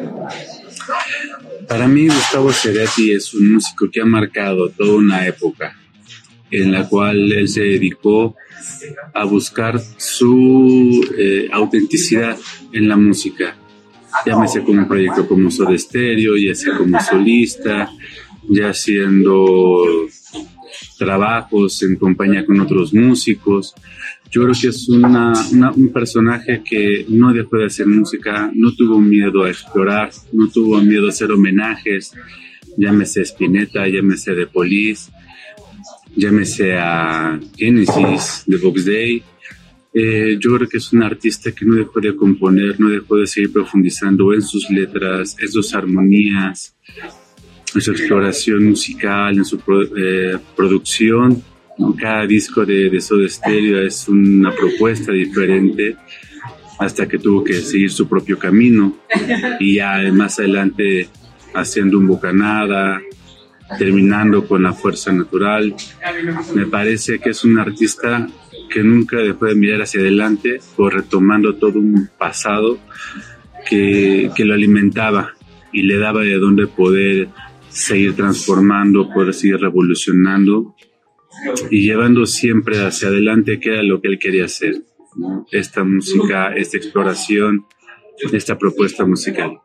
Para mí, Gustavo Cerati es un músico que ha marcado toda una época en la cual él se dedicó a buscar su autenticidad en la música. Llámese como un proyecto como Soda Stereo, ya sea como solista, ya haciendo trabajos en compañía con otros músicos. Yo creo que es un personaje que no dejó de hacer música, no tuvo miedo a explorar, no tuvo miedo a hacer homenajes, llámese Spinetta, llámese The Police, llámese a Genesis, The Box Day. Yo creo que es un artista que no dejó de componer, no dejó de seguir profundizando en sus letras, en sus armonías, en su exploración musical, en su producción. Cada disco de Soda Stereo es una propuesta diferente, hasta que tuvo que seguir su propio camino y ya más adelante haciendo un Bocanada, terminando con La Fuerza Natural. Me parece que es un artista que nunca dejó de mirar hacia adelante, o retomando todo un pasado que lo alimentaba y le daba de dónde poder seguir transformando, poder seguir revolucionando y llevando siempre hacia adelante, que era lo que él quería hacer, ¿no? Esta música, esta exploración, esta propuesta musical.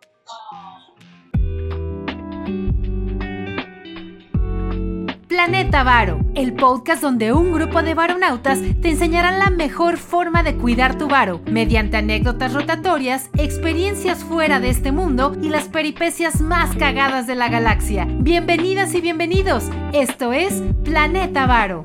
Planeta Varo, el podcast donde un grupo de varonautas te enseñarán la mejor forma de cuidar tu varo, mediante anécdotas rotatorias, experiencias fuera de este mundo y las peripecias más cagadas de la galaxia. Bienvenidas y bienvenidos, esto es Planeta Varo.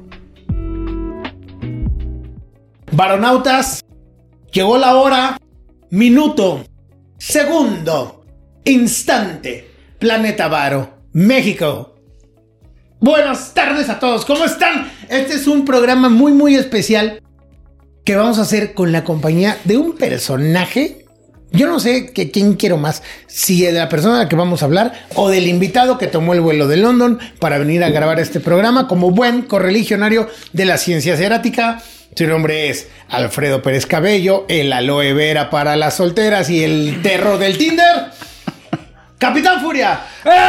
Varonautas, llegó la hora, minuto, segundo, instante. Planeta Varo, México. Buenas tardes a todos, ¿cómo están? Este es un programa muy especial que vamos a hacer con la compañía de un personaje. Yo no sé quién quiero más, si de la persona de la que vamos a hablar o del invitado que tomó el vuelo de London para venir a grabar este programa como buen correligionario de la ciencia cerática. Su nombre es Alfredo Pérez Cabello, el aloe vera para las solteras y el terror del Tinder. ¡Capitán Furia!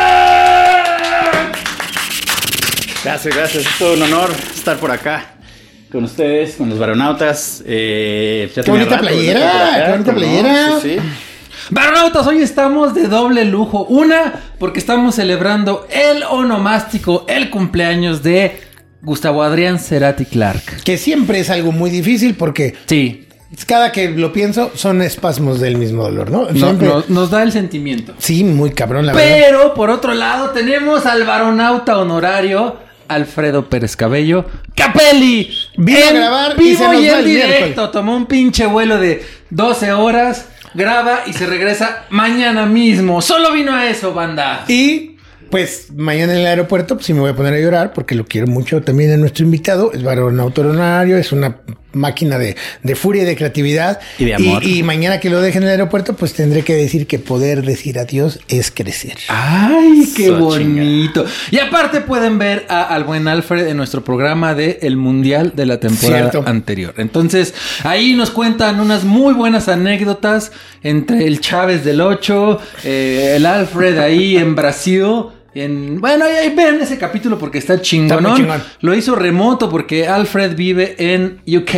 Gracias, es todo un honor estar por acá con ustedes, con los varonautas. ¡Qué bonita playera! Sí. Varonautas, hoy estamos de doble lujo. Una, porque estamos celebrando el onomástico, el cumpleaños de Gustavo Adrián Cerati Clark. Que siempre es algo muy difícil porque... Sí. Cada que lo pienso, son espasmos del mismo dolor, ¿no? Nos da el sentimiento. Sí, muy cabrón, la verdad. Pero, por otro lado, tenemos al varonauta honorario Alfredo Pérez Cabello Capelli. Vino a grabar vivo y se nos y va en el directo. miércoles. Tomó un pinche vuelo de 12 horas, graba y se regresa mañana mismo. Solo vino a eso, banda. Y pues mañana en el aeropuerto, pues sí me voy a poner a llorar porque lo quiero mucho también a nuestro invitado. Es varonauta honorario, es una máquina de furia y de creatividad. Y de amor. Y mañana que lo deje en el aeropuerto, pues tendré que decir que poder decir adiós es crecer. ¡Ay, qué bonito! Y aparte pueden ver al buen Alfred en nuestro programa de El Mundial de la temporada anterior. Entonces, ahí nos cuentan unas muy buenas anécdotas entre el Chávez del 8, el Alfred ahí en Brasil. Bueno, ahí ven ese capítulo porque está chingón. Está muy chingón. Lo hizo remoto porque Alfred vive en UK,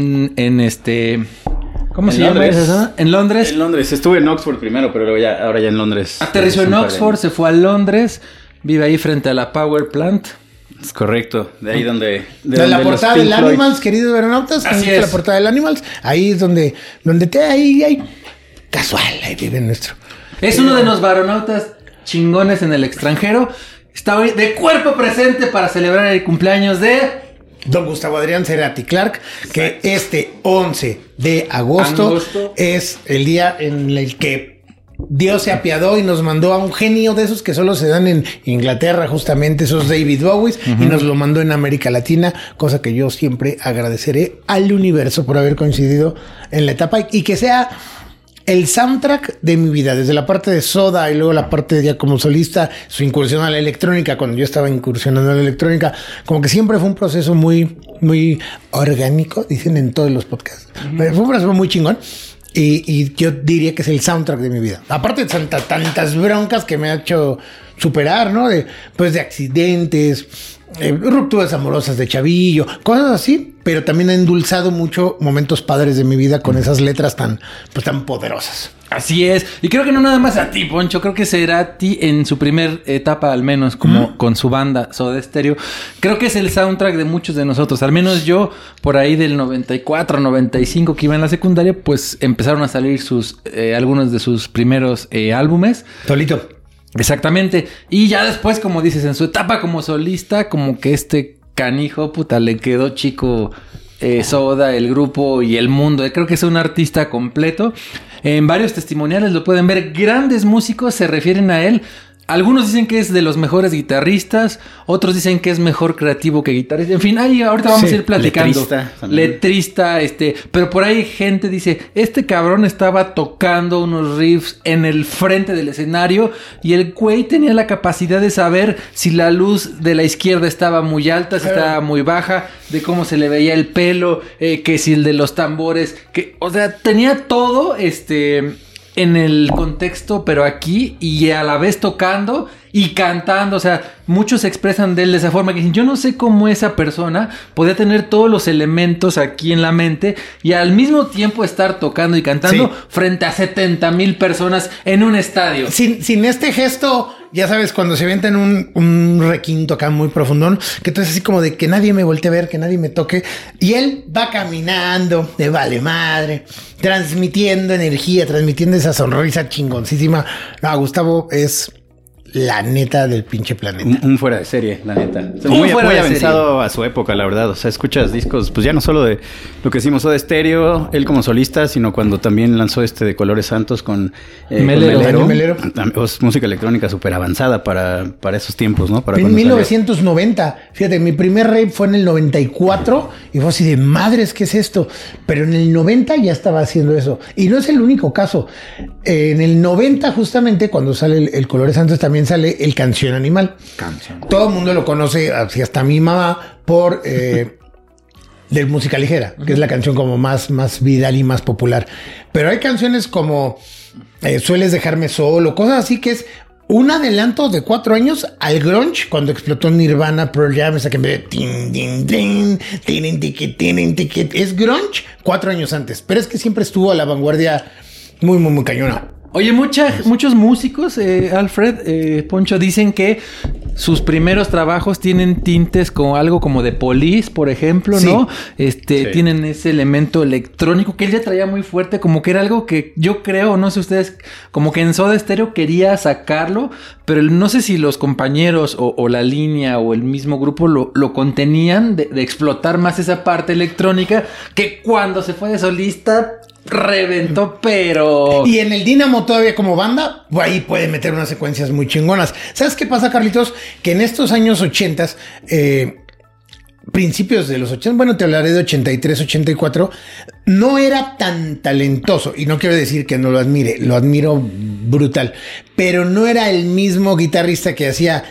¿cómo se llama esa? En Londres. En Londres, estuve en Oxford primero, pero luego ahora ya en Londres. Aterrizó en Oxford, se fue a Londres, vive ahí frente a la Power Plant. Es correcto, de ahí donde... De la portada del Animals, queridos aeronautas. Así es. La portada del Animals, ahí es donde ahí casual, ahí vive nuestro. Es uno de los varonautas chingones en el extranjero. Está hoy de cuerpo presente para celebrar el cumpleaños de don Gustavo Adrián Cerati Clark, que este 11 de agosto es el día en el que Dios se apiadó y nos mandó a un genio de esos que solo se dan en Inglaterra, justamente esos David Bowies, y nos lo mandó en América Latina, cosa que yo siempre agradeceré al universo por haber coincidido en la etapa y que sea el soundtrack de mi vida, desde la parte de Soda y luego la parte de ya como solista, su incursión a la electrónica, cuando yo estaba incursionando en la electrónica, como que siempre fue un proceso muy orgánico, dicen en todos los podcasts. Fue un proceso muy chingón. Y yo diría que es el soundtrack de mi vida. Aparte de tantas broncas que me ha hecho superar, ¿no? De accidentes, rupturas amorosas de chavillo, cosas así, pero también ha endulzado mucho momentos padres de mi vida con esas letras tan poderosas. Así es. Y creo que no nada más a ti, Poncho. Creo que Cerati en su primer etapa, al menos, como con su banda Soda Stereo, creo que es el soundtrack de muchos de nosotros. Al menos yo, por ahí del 94, 95, que iba en la secundaria, pues empezaron a salir algunos de sus primeros álbumes. Solito. Exactamente. Y ya después, como dices, en su etapa como solista, como que este canijo, le quedó chico Soda, el grupo y el mundo. Creo que es un artista completo. En varios testimoniales lo pueden ver. Grandes músicos se refieren a él. Algunos dicen que es de los mejores guitarristas. Otros dicen que es mejor creativo que guitarrista. En fin, ahorita vamos a ir platicando. Letrista. Pero por ahí gente dice, este cabrón estaba tocando unos riffs en el frente del escenario y el güey tenía la capacidad de saber si la luz de la izquierda estaba muy alta, si estaba muy baja, de cómo se le veía el pelo, que si el de los tambores, o sea, tenía todo en el contexto, pero aquí, y a la vez tocando y cantando. O sea, muchos se expresan de él de esa forma, que dicen, yo no sé cómo esa persona podía tener todos los elementos aquí en la mente y al mismo tiempo estar tocando y cantando frente a 70,000 personas en un estadio. Sin este gesto, ya sabes, cuando se avienta en un requinto acá muy profundón, que entonces así como de que nadie me voltee a ver, que nadie me toque, y él va caminando, de vale madre, transmitiendo energía, transmitiendo esa sonrisa chingoncísima. No, Gustavo es la neta del pinche planeta. Un fuera de serie, la neta. O sea, muy avanzado a su época, la verdad. O sea, escuchas discos, pues ya no solo de lo que decimos Soda Stereo, él como solista, sino cuando también lanzó de Colores Santos con Melero. Música electrónica súper avanzada para esos tiempos, ¿no? En 1990. Fíjate, mi primer rave fue en el 94 y fue así de madres, ¿qué es esto? Pero en el 90 ya estaba haciendo eso. Y no es el único caso. En el 90, justamente, cuando sale el Colores Santos, también sale el Canción Animal. Todo el mundo lo conoce, así hasta mi mamá, por de Música Ligera, que es la canción como más viral y más popular. Pero hay canciones como Sueles Dejarme Solo, cosas así, que es un adelanto de 4 años al grunge, cuando explotó Nirvana, Pearl Jam, esa que me es grunge 4 años antes. Pero es que siempre estuvo a la vanguardia muy, muy, muy cañona. Oye, muchos músicos, Alfred, Poncho, dicen que sus primeros trabajos tienen tintes como algo como de Police, por ejemplo, ¿no? Tienen ese elemento electrónico que él ya traía muy fuerte, como que era algo que yo creo, no sé ustedes, como que en Soda Stereo quería sacarlo, pero no sé si los compañeros o la línea o el mismo grupo lo contenían de explotar más esa parte electrónica, que cuando se fue de solista reventó, pero... Y en el Dínamo todavía como banda, ahí puede meter unas secuencias muy chingonas. ¿Sabes qué pasa, Carlitos? Que en estos años 80s, principios de los 80, bueno, te hablaré de 83, 84, no era tan talentoso. Y no quiero decir que no lo admire, lo admiro brutal. Pero no era el mismo guitarrista que hacía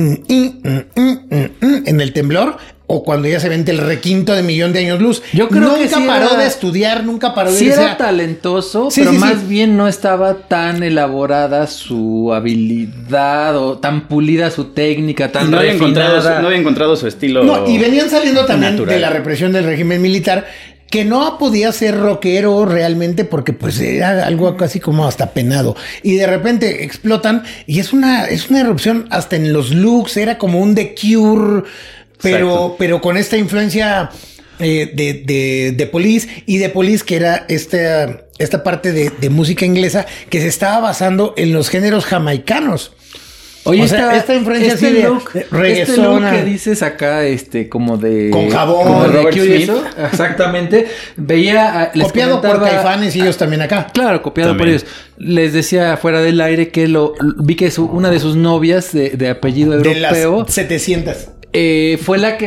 en El Temblor, o cuando ya se vende el requinto de Millón de Años Luz. Yo creo nunca que sí paró de estudiar, nunca paró de... Sí era talentoso, pero más bien no estaba tan elaborada su habilidad o tan pulida su técnica, tan refinada. No había encontrado su estilo. No, y venían saliendo también natural. de la represión del régimen militar, que no podía ser rockero realmente porque pues era algo casi como hasta penado. Y de repente explotan y es una erupción hasta en los looks, era como un The Cure... Pero con esta influencia de Police, y de Police, que era esta parte de música inglesa que se estaba basando en los géneros jamaicanos. Oye, esta influencia así de reggaezona. Este look que dices acá, como de... Con jabón. Como de Robert Smith. Exactamente. Veía... Copiado por Caifanes y ellos también acá. Claro, copiado por ellos. Les decía fuera del aire que vi que una de sus novias de apellido europeo... De las 700... fue la que les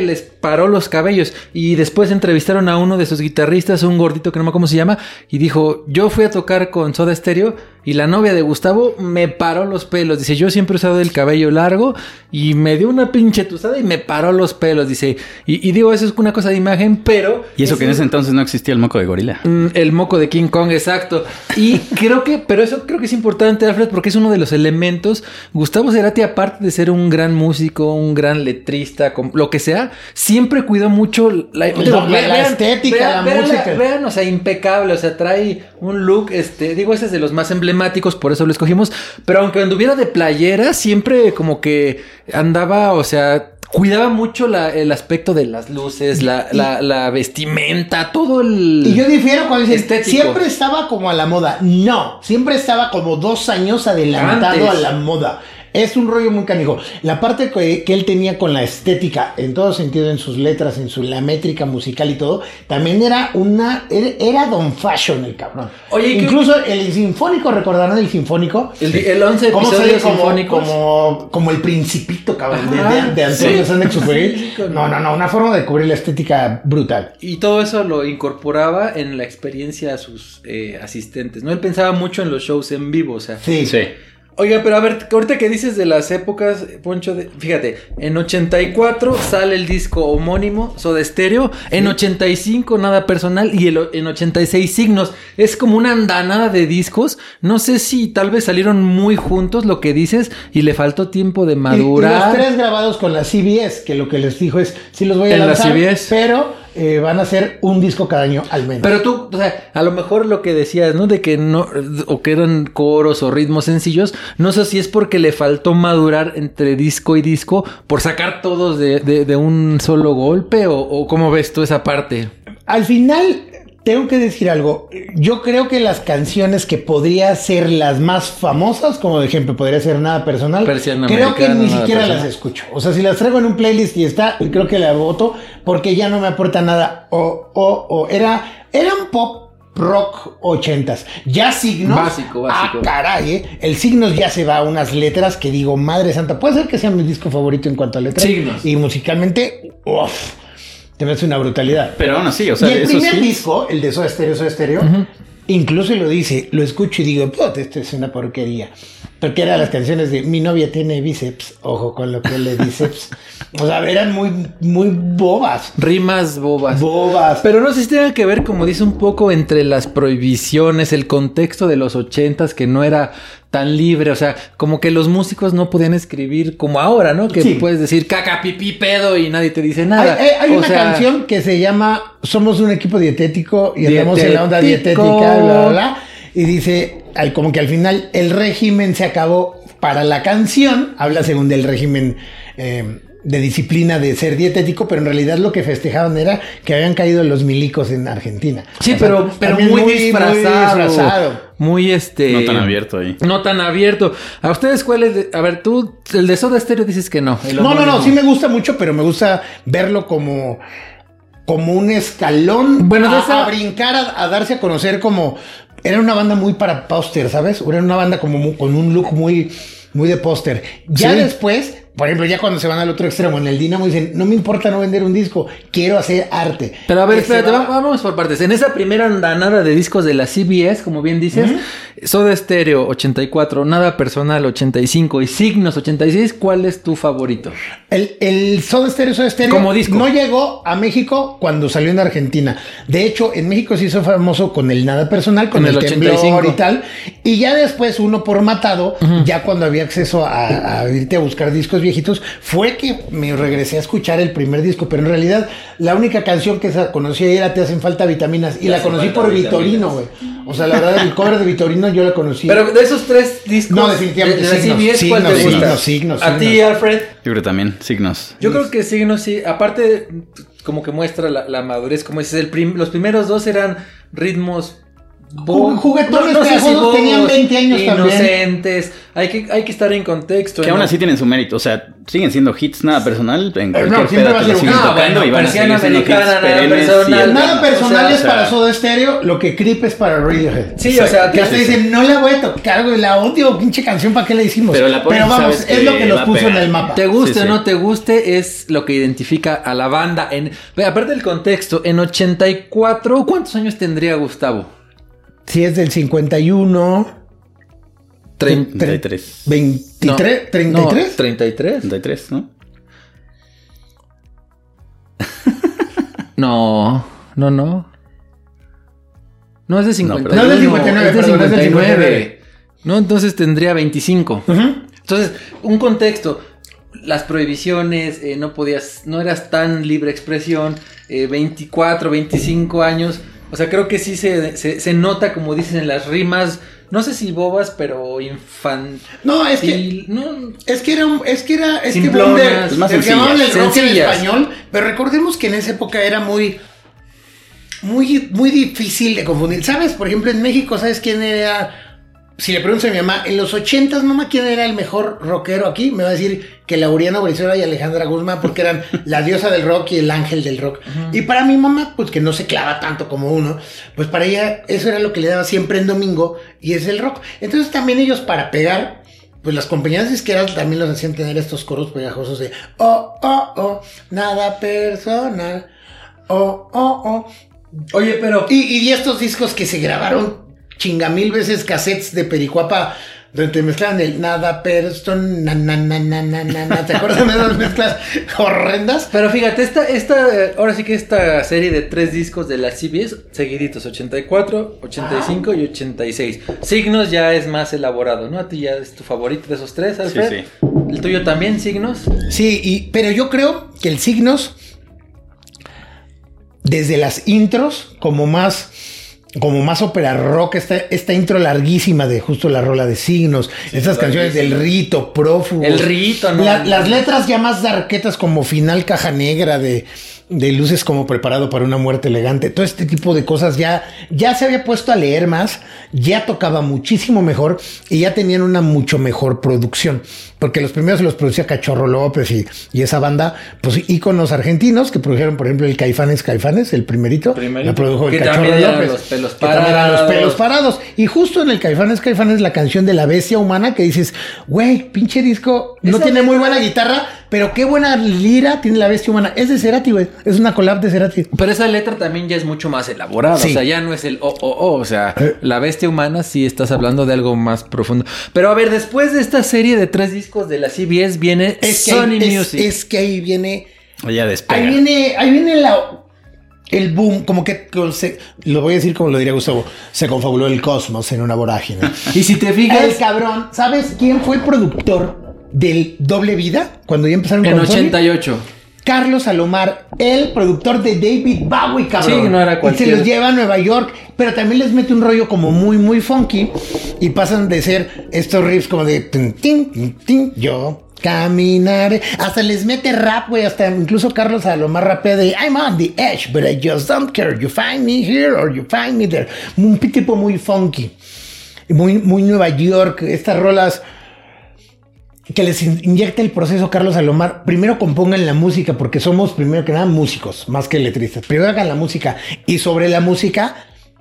paró los cabellos. Y después entrevistaron a uno de sus guitarristas, un gordito que no me acuerdo cómo se llama, y dijo, yo fui a tocar con Soda Stereo y la novia de Gustavo me paró los pelos. Dice, yo siempre he usado el cabello largo y me dio una pinche tusada y me paró los pelos. Dice, y digo, eso es una cosa de imagen, pero... Y eso que en ese entonces no existía el moco de gorila. El moco de King Kong, exacto. Y pero eso creo que es importante, Alfred, porque es uno de los elementos. Gustavo Cerati, aparte de ser un gran músico, un gran letrista, lo que sea, siempre cuidó mucho la estética, la música. Vean, o sea, impecable, o sea, trae un look, digo, ese es de los más emblemáticos, por eso lo escogimos, pero aunque anduviera de playera, siempre como que andaba, o sea, cuidaba mucho el aspecto de las luces, la vestimenta, todo el... Y yo difiero cuando dicen, siempre estaba como a la moda. No, siempre estaba como 2 años adelantado a la moda. Es un rollo muy canijo. La parte que él tenía con la estética, en todo sentido, en sus letras, la métrica musical y todo, también era Don Fashion el cabrón. Oye, incluso el sinfónico, ¿recordarán el sinfónico? El 11 episodios sinfónicos. Como el Principito, cabrón, de Antonio Saint-Exupéry. No, una forma de cubrir la estética brutal. Y todo eso lo incorporaba en la experiencia a sus asistentes, ¿no? Él pensaba mucho en los shows en vivo, o sea. Sí. Oiga, pero a ver, ahorita que dices de las épocas, Poncho, fíjate, en 84 sale el disco homónimo, Soda Stereo, en 85 Nada Personal y en 86 Signos. Es como una andanada de discos. No sé si tal vez salieron muy juntos, lo que dices, y le faltó tiempo de madurar. Y los 3 grabados con la CBS, que lo que les dijo es, sí los voy a lanzar, pero... van a hacer un disco cada año al menos. Pero tú, o sea, a lo mejor lo que decías, ¿no? De que no, o que eran coros o ritmos sencillos, no sé si es porque le faltó madurar entre disco y disco por sacar todos de un solo golpe o ¿cómo ves tú esa parte? Al final... Tengo que decir algo. Yo creo que las canciones que podría ser las más famosas, como de ejemplo podría ser Nada Personal, creo que ni siquiera las escucho. O sea, si las traigo en un playlist y está, creo que la voto porque ya no me aporta nada. Era un pop rock 80s. Ya Signos. Básico. Caray, El Signos ya se va a unas letras que digo, madre santa, puede ser que sea mi disco favorito en cuanto a letras. Signos. Y musicalmente, te ves una brutalidad. Pero aún así, o sea, y el primer disco, el de Soda Stereo, incluso lo dice, lo escucho y digo, esto es una porquería. Porque eran las canciones de Mi novia tiene bíceps, ojo con lo que le diceps. O sea, eran muy, muy bobas. Rimas bobas. Pero no sé si tenga que ver, como dice, un poco entre las prohibiciones, el contexto de los 80s que no era tan libre, o sea, como que los músicos no podían escribir como ahora, ¿no? Que puedes decir caca, pipí, pedo y nadie te dice nada. Hay una canción que se llama Somos un equipo dietético y andamos en la onda dietética, bla, bla, bla. Y dice, como que al final el régimen se acabó. Para la canción, habla según del régimen de disciplina de ser dietético, pero en realidad lo que festejaban era que habían caído los milicos en Argentina. Sí, o sea, pero muy disfrazado. Muy No tan abierto ahí. No tan abierto. ¿A ustedes cuál es? A ver, tú, el de Soda Stereo dices que no. No, sí me gusta mucho, pero me gusta verlo como un escalón a brincar, a darse a conocer como... Era una banda muy para póster, ¿sabes? Era una banda como con un look muy, muy de póster. Ya después, por ejemplo, ya cuando se van al otro extremo, en el Dínamo dicen, no me importa no vender un disco, quiero hacer arte. Pero a ver, espérate, vamos por partes. En esa primera andanada de discos de la CBS, como bien dices, Soda Stereo 84, Nada Personal 85 y Signos 86, ¿cuál es tu favorito? El Soda Stereo como disco no llegó a México cuando salió en Argentina. De hecho, en México se hizo famoso con el Nada Personal, con el temblor 85 y tal. Y ya después, uno por matado, ya cuando había acceso a irte a buscar discos viejitos, fue que me regresé a escuchar el primer disco. Pero en realidad, la única canción que conocía era Te hacen falta vitaminas. Y la conocí por Vitorino, güey. O sea, la verdad, el cover de Vitorino yo la conocí. Pero de esos 3 discos... No, definitivamente Signos. ¿A ti, Alfred? Yo creo también, Signos. Yo creo que Signos sí. Aparte, como que muestra la madurez, como dices, los primeros 2 eran ritmos juguetones, no sé si bobos, tenían 20 años inocentes. Hay que estar en contexto. Que aún así tienen su mérito. O sea, siguen siendo hits, nada personal. En cualquier siempre va a ser siguen tocando y van a seguir siendo hits perennes. Nada personal es para Soda Stereo, lo que Creep es para Radiohead. Sí, o sea, que hasta dicen, no la voy a tocar, güey, la odio, pinche canción, ¿para qué la hicimos? Pero vamos, es lo que nos puso en el mapa. Te guste o no te guste, es lo que identifica a la banda. Aparte del contexto, en 84, ¿cuántos años tendría Gustavo? Si es del 51... 33. 23, 33. No, 33. 33, ¿no? No. No es de 59. No es de 59, es de perdón, 59. No, entonces tendría 25. Entonces, un contexto. Las prohibiciones, no eras tan libre expresión, 24, 25 años. O sea, creo que sí se nota, como dicen en las rimas, no sé si bobas, pero infantil. No, es que simplonas, es más llamaban el rock en español, pero recordemos que en esa época era muy difícil de confundir. ¿Sabes? Por ejemplo, en México, ¿sabes quién era? Si le pregunto a mi mamá, en los 80s, mamá, ¿quién era el mejor rockero aquí? Me va a decir que Laureano Brizuela y Alejandra Guzmán, porque eran la diosa del rock y el ángel del rock. Y para mi mamá, pues que no se clava tanto como uno, pues para ella eso era lo que le daba siempre en domingo, y es el rock. Entonces también ellos, para pegar, pues las compañías disqueras también los hacían tener estos coros pegajosos de nada personal, Oye, pero... Y estos discos que se grabaron chingamil veces, cassettes de Pericuapa, donde mezclaban el nada person, ¿te acuerdas de esas mezclas horrendas? Pero fíjate, ahora sí que esta serie de 3 discos de la CBS, seguiditos, 84, 85 y 86. Signos ya es más elaborado, ¿no? A ti ya es tu favorito de esos 3, Alfred. Sí. ¿El tuyo también, Signos? Sí, pero yo creo que el Signos, desde las intros, como más ópera rock, esta intro larguísima de justo la rola de Signos, estas canciones del Rito, Prófugos. El Rito, ¿no? Las letras ya más darquetas, como Final Caja Negra, de luces como Preparado para una muerte elegante. Todo este tipo de cosas ya se había puesto a leer más, ya tocaba muchísimo mejor y ya tenían una mucho mejor producción. Porque los primeros los producía Cachorro López y esa banda, pues íconos argentinos que produjeron, por ejemplo, el Caifanes, el primerito. La produjo el Cachorro López. Los pelos parados. Y justo en el Caifanes, la canción de La Bestia Humana, que dices, güey, pinche disco, no tiene muy buena guitarra, pero qué buena lira tiene La Bestia Humana. Es de Cerati, güey. Es una collab de Cerati. Pero esa letra también ya es mucho más elaborada. Sí. O sea, ya no es el o sea, La Bestia Humana sí estás hablando de algo más profundo. Pero a ver, después de esta serie de 3 discos de la CBS viene Sony Music. Es que ahí viene... Ya despega. Ahí viene el boom, como que lo voy a decir como lo diría Gustavo, se confabuló el cosmos en una vorágine. Y si te fijas... El cabrón, ¿sabes quién fue el productor del Doble Vida? Cuando ya empezaron con 88. Sony? Carlos Salomar, el productor de David Bowie, cabrón. Sí, no era cualquier... Y se los lleva a Nueva York, pero también les mete un rollo como muy, muy funky, y pasan de ser estos riffs como de... yo caminaré. Hasta les mete rap, güey. Hasta incluso Carlos Salomar rapea de I'm on the edge, but I just don't care. You find me here or you find me there. Un tipo muy funky. Muy, muy Nueva York. Estas rolas que les inyecta el proceso Carlos Salomar. Primero compongan la música, porque somos primero que nada músicos, más que letristas. Primero hagan la música, y sobre la música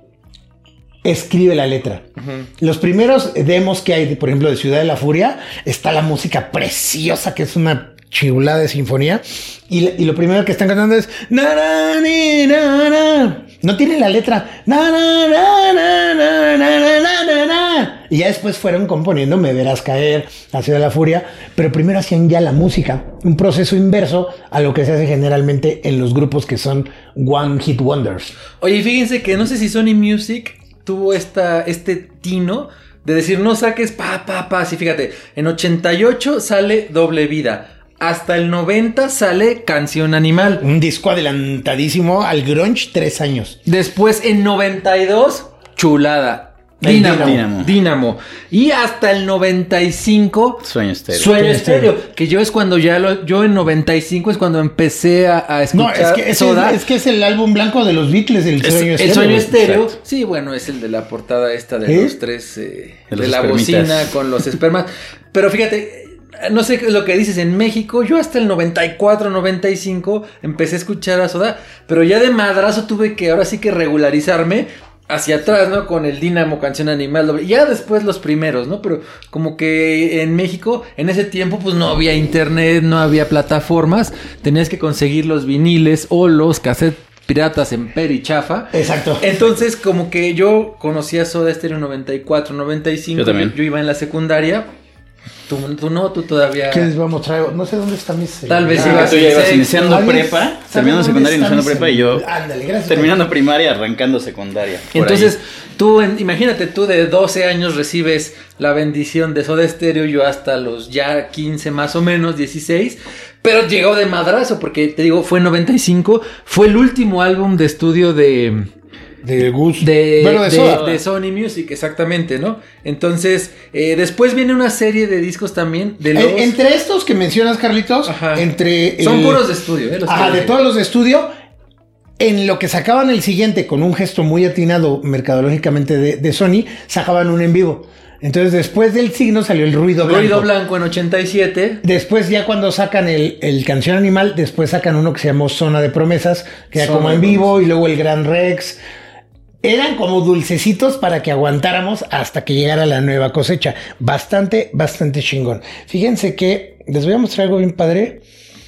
escribe la letra. Los primeros demos que hay, por ejemplo, de Ciudad de la Furia, está la música preciosa, que es una chulada de sinfonía, y lo primero que están cantando es na, na, ni, na, na. No tiene la letra na, na, na, na, na, na, na, na, na. Y ya después fueron componiendo Me Verás Caer, La Ciudad de la Furia, pero primero hacían ya la música, un proceso inverso a lo que se hace generalmente en los grupos que son One Hit Wonders. Oye, fíjense que no sé si Sony Music tuvo este tino de decir no saques así, fíjate, en 88 sale Doble Vida, hasta el 90 sale Canción Animal, un disco adelantadísimo al grunge, 3 años. Después en 92 Chulada, Dínamo. Y hasta el 95... Sueño Estéreo. Que yo es cuando yo en 95 es cuando empecé a escuchar Soda. Es que es el álbum blanco de los Beatles, el Sueño Estéreo. El Sueño Estéreo. Sí, bueno, es el de la portada esta de los tres... de la bocina con los espermas. Pero fíjate... No sé lo que dices en México. Yo hasta el 94, 95 empecé a escuchar a Soda, pero ya de madrazo tuve que ahora sí que regularizarme hacia atrás, ¿no? Con el Dínamo, Canción Animal, ya después los primeros, ¿no? Pero como que en México, en ese tiempo, pues no había internet, no había plataformas, tenías que conseguir los viniles o los cassettes piratas en Perichafa. Exacto. Entonces, como que yo conocía Soda Stereo 94, 95. Yo también. Yo iba en la secundaria. Tú todavía... ¿Qué les voy a mostrar? No sé dónde está mi celular. Tal vez tú ya ibas iniciando prepa, terminando secundaria, iniciando prepa, y yo terminando primaria, arrancando secundaria. Entonces, imagínate, tú de 12 años recibes la bendición de Soda Stereo, yo hasta los ya 15 más o menos, 16, pero llegó de madrazo, porque te digo, fue en 95, fue el último álbum de estudio de Sony Music, exactamente, ¿no? Entonces, después viene una serie de discos también de los... Entre estos que mencionas, Carlitos, son puros de estudio, ¿eh? De todos los de estudio, en lo que sacaban el siguiente, con un gesto muy atinado mercadológicamente de Sony, sacaban un en vivo. Entonces, después del signo salió el Ruido Blanco. Ruido Blanco en 87. Después, ya cuando sacan el Canción Animal, después sacan uno que se llamó Zona de Promesas, que era como en vivo, y luego el Gran Rex... Eran como dulcecitos para que aguantáramos hasta que llegara la nueva cosecha. Bastante chingón. Fíjense que les voy a mostrar algo bien padre.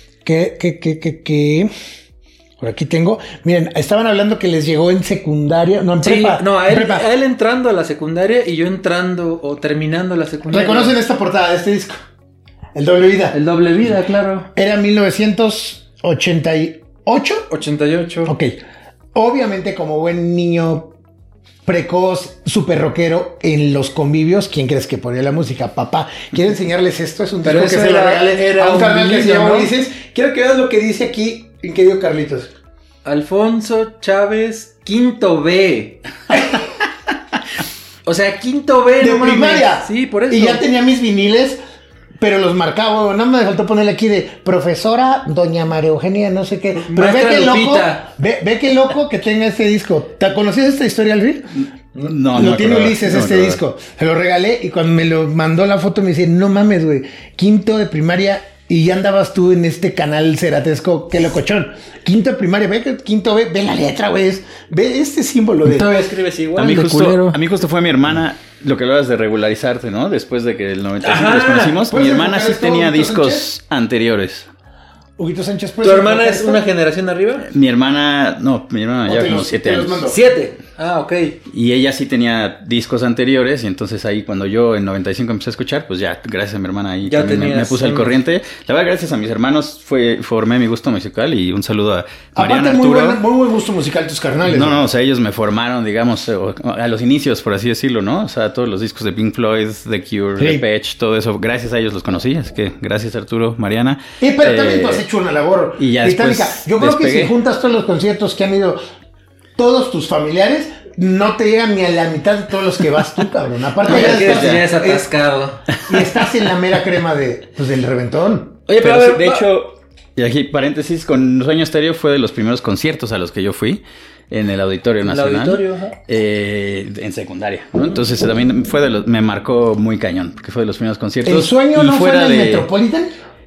Que por aquí tengo. Miren, estaban hablando que les llegó en secundaria. No, en prepa. No, a él entrando a la secundaria y yo entrando o terminando la secundaria. ¿Reconocen esta portada de este disco? El Doble Vida. El Doble Vida, claro. Era 1988. 88. Ok. Obviamente, como buen niño precoz, súper rockero, en los convivios, ¿quién crees que ponía la música? Papá. Quiero enseñarles esto. Es un disco que se lo regalé a un carnal que se llama Ulises. Quiero que veas lo que dice aquí, mi querido Carlitos. Alfonso Chávez, quinto B. O sea, quinto B. De primaria. Sí, por eso. Y ya tenía mis viniles... Pero los marcaba, nada más me faltó ponerle aquí de profesora Doña María Eugenia, no sé qué. Pero ve qué loco, ve qué loco que tenga este disco. ¿Te conocías esta historia, Alfred? No. Lo tiene Ulises, disco. Se lo regalé y cuando me lo mandó la foto me dice, no mames, güey, quinto de primaria y ya andabas tú en este canal ceratesco, qué locochón. Quinto de primaria, ve quinto B, ve la letra, güey, ve este símbolo de... Todavía escribes igual. A mí justo fue mi hermana... Lo que hablabas de regularizarte, ¿no? Después de que el 95 nos conocimos, mi hermana sí tenía discos anteriores. Huguito Sánchez, ¿tu hermana es una generación arriba? Mi hermana ya como 7 años. 7. Ah, ok. Y ella sí tenía discos anteriores, y entonces ahí cuando yo en 95 empecé a escuchar, pues ya, gracias a mi hermana ahí ya me puse al corriente. La verdad, gracias a mis hermanos formé mi gusto musical, y un saludo a Mariana, Arturo. Muy buen gusto musical tus carnales. No, o sea, ellos me formaron, digamos, a los inicios, por así decirlo, ¿no? O sea, todos los discos de Pink Floyd, The Cure, Depeche, todo eso, gracias a ellos los conocí, así que gracias Arturo, Mariana. Pero también tú has hecho una labor y ya titánica. Yo creo que si juntas todos los conciertos que han ido todos tus familiares, no te llegan ni a la mitad de todos los que vas tú, cabrón. Aparte ya es atascado. Y estás en la mera crema del reventón. Oye, pero a ver, de hecho, y aquí paréntesis, con Sueño Estéreo fue de los primeros conciertos a los que yo fui en el Auditorio Nacional. En secundaria, ¿no? Entonces también me marcó muy cañón, porque fue de los primeros conciertos. ¿El Sueño no fue en el Metropolitan?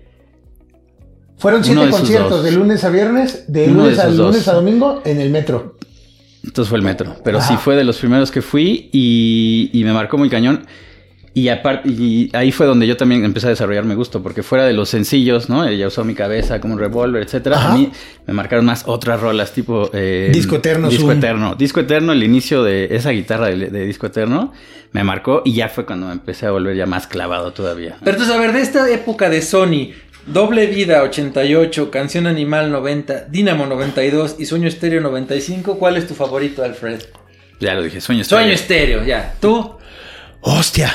Fueron 7 conciertos de lunes a viernes, de lunes a domingo en el Metro. Entonces fue el Metro, pero sí fue de los primeros que fui y me marcó muy cañón. Y ahí fue donde yo también empecé a desarrollar mi gusto, porque fuera de los sencillos, ¿no? Ella usó mi cabeza como un revólver, etcétera. A mí me marcaron más otras rolas, tipo Disco Eterno. Disco Eterno, el inicio de esa guitarra de Disco Eterno me marcó, y ya fue cuando me empecé a volver ya más clavado todavía. Pero entonces, a ver, de esta época de Sony, Doble Vida 88, Canción Animal 90, Dínamo 92 y Sueño Estéreo 95, ¿cuál es tu favorito, Alfred? Ya lo dije, Sueño Estéreo. Sueño Estéreo, ya. ¿Tú? Hostia.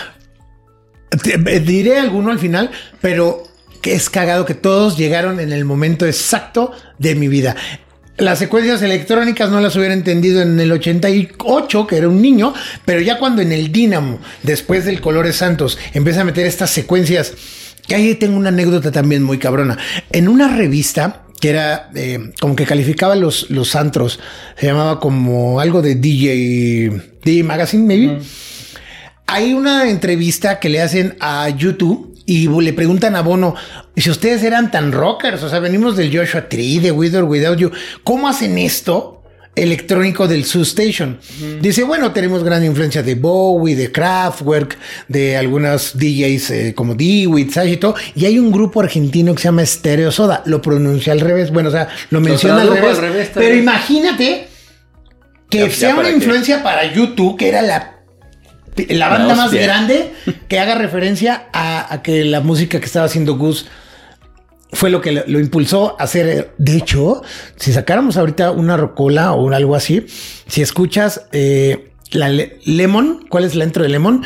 Diré alguno al final, pero que es cagado que todos llegaron en el momento exacto de mi vida. las secuencias electrónicas no las hubiera entendido en el 88, que era un niño, pero ya cuando en el Dynamo, después del Colores Santos, empieza a meter estas secuencias, que ahí tengo una anécdota también muy cabrona. En una revista que era como que calificaba los antros, se llamaba como algo de DJ Magazine, maybe. Hay una entrevista que le hacen a YouTube y le preguntan a Bono si ustedes eran tan rockers, o sea, venimos del Joshua Tree, de With or Without You, ¿cómo hacen esto electrónico del Zoo Station? Dice, bueno, tenemos gran influencia de Bowie, de Kraftwerk, de algunas DJs como DeWitt, ¿sabes? Y todo, y hay un grupo argentino que se llama Stereo Soda, lo pronuncia al revés, bueno, o sea, lo menciona al revés, pero imagínate que sea una influencia para YouTube, que era la banda más grande, que haga referencia a que la música que estaba haciendo Gus fue lo que lo impulsó a hacer. De hecho, si sacáramos ahorita una rocola o algo así, si escuchas la Lemon, ¿cuál es la intro de Lemon?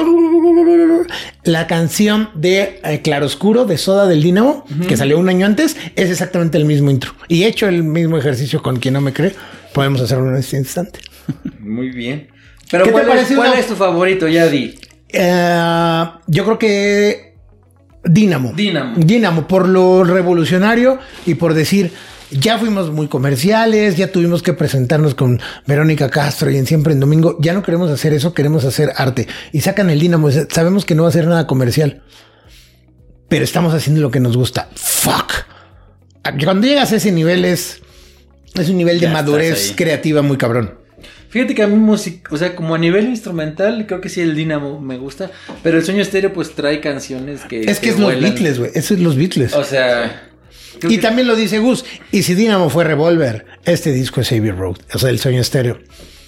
La canción de Claroscuro de Soda del Dynamo, que salió un año antes, es exactamente el mismo intro. Y he hecho el mismo ejercicio con quien no me cree. Podemos hacerlo en este instante. Muy bien. Pero ¿cuál es tu favorito, Yadi? Yo creo que Dynamo, por lo revolucionario y por decir, ya fuimos muy comerciales, ya tuvimos que presentarnos con Verónica Castro y en Siempre en Domingo, ya no queremos hacer eso, queremos hacer arte. Y sacan el Dynamo, sabemos que no va a ser nada comercial, pero estamos haciendo lo que nos gusta. Fuck. Cuando llegas a ese nivel es un nivel de madurez creativa muy cabrón. Fíjate que a mí música, o sea, como a nivel instrumental, creo que sí el Dynamo me gusta, pero el Sueño Estéreo pues trae canciones que es que es vuelan. Los Beatles, güey, eso es los Beatles. O sea... Y también lo dice Gus, y si Dynamo fue Revolver, este disco es Abbey Road, o sea, el Sueño Estéreo.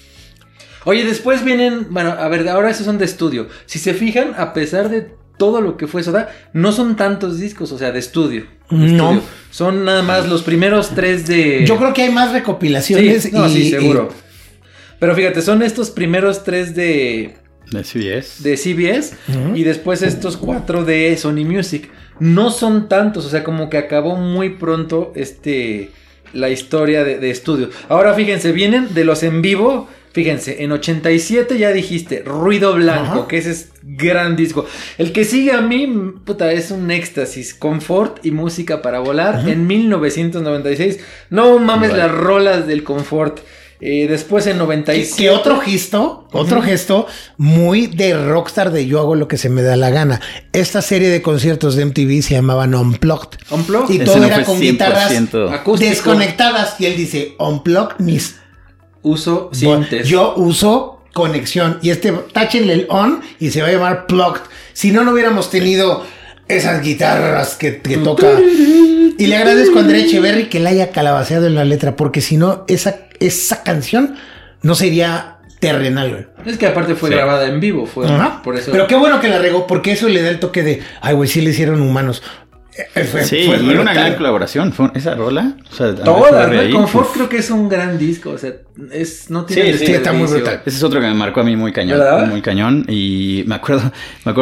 Oye, después vienen, bueno, a ver, ahora esos son de estudio. Si se fijan, a pesar de todo lo que fue Soda, no son tantos discos, o sea, de estudio. No. Son nada más los primeros 3 de... Yo creo que hay más recopilaciones. Sí, sí, seguro. Pero fíjate, son estos primeros 3 de CBS. De CBS y después estos 4 de Sony Music. No son tantos, o sea, como que acabó muy pronto la historia de estudio. Ahora fíjense, vienen de los en vivo. Fíjense, en 87 ya dijiste Ruido Blanco, que ese es gran disco. El que sigue a mí, puta, es un éxtasis. Confort y Música para Volar en 1996. No mames, las rolas del Confort. Después en 97. Que otro gesto muy de rockstar de yo hago lo que se me da la gana. Esta serie de conciertos de MTV se llamaban Unplugged. Y todo era con guitarras acústico, desconectadas. Y él dice, Unplugged mis... Uso sintes. Yo uso conexión. Y táchenle el on y se va a llamar plugged. Si no hubiéramos tenido esas guitarras que toca. Y le agradezco a Andrea Echeverry que la haya calabaceado en la letra, porque si no, esa canción no sería terrenal, güey. Es que aparte fue grabada en vivo, por eso. Pero qué bueno que la regó, porque eso le da el toque de, ay, güey, sí le hicieron humanos. Fue una gran colaboración, fue esa rola. O sea, toda, ¿no? Confort creo que es un gran disco, o sea, no tiene está muy brutal. Ese es otro que me marcó a mí muy cañón, ¿verdad? Muy cañón. Y me acuerdo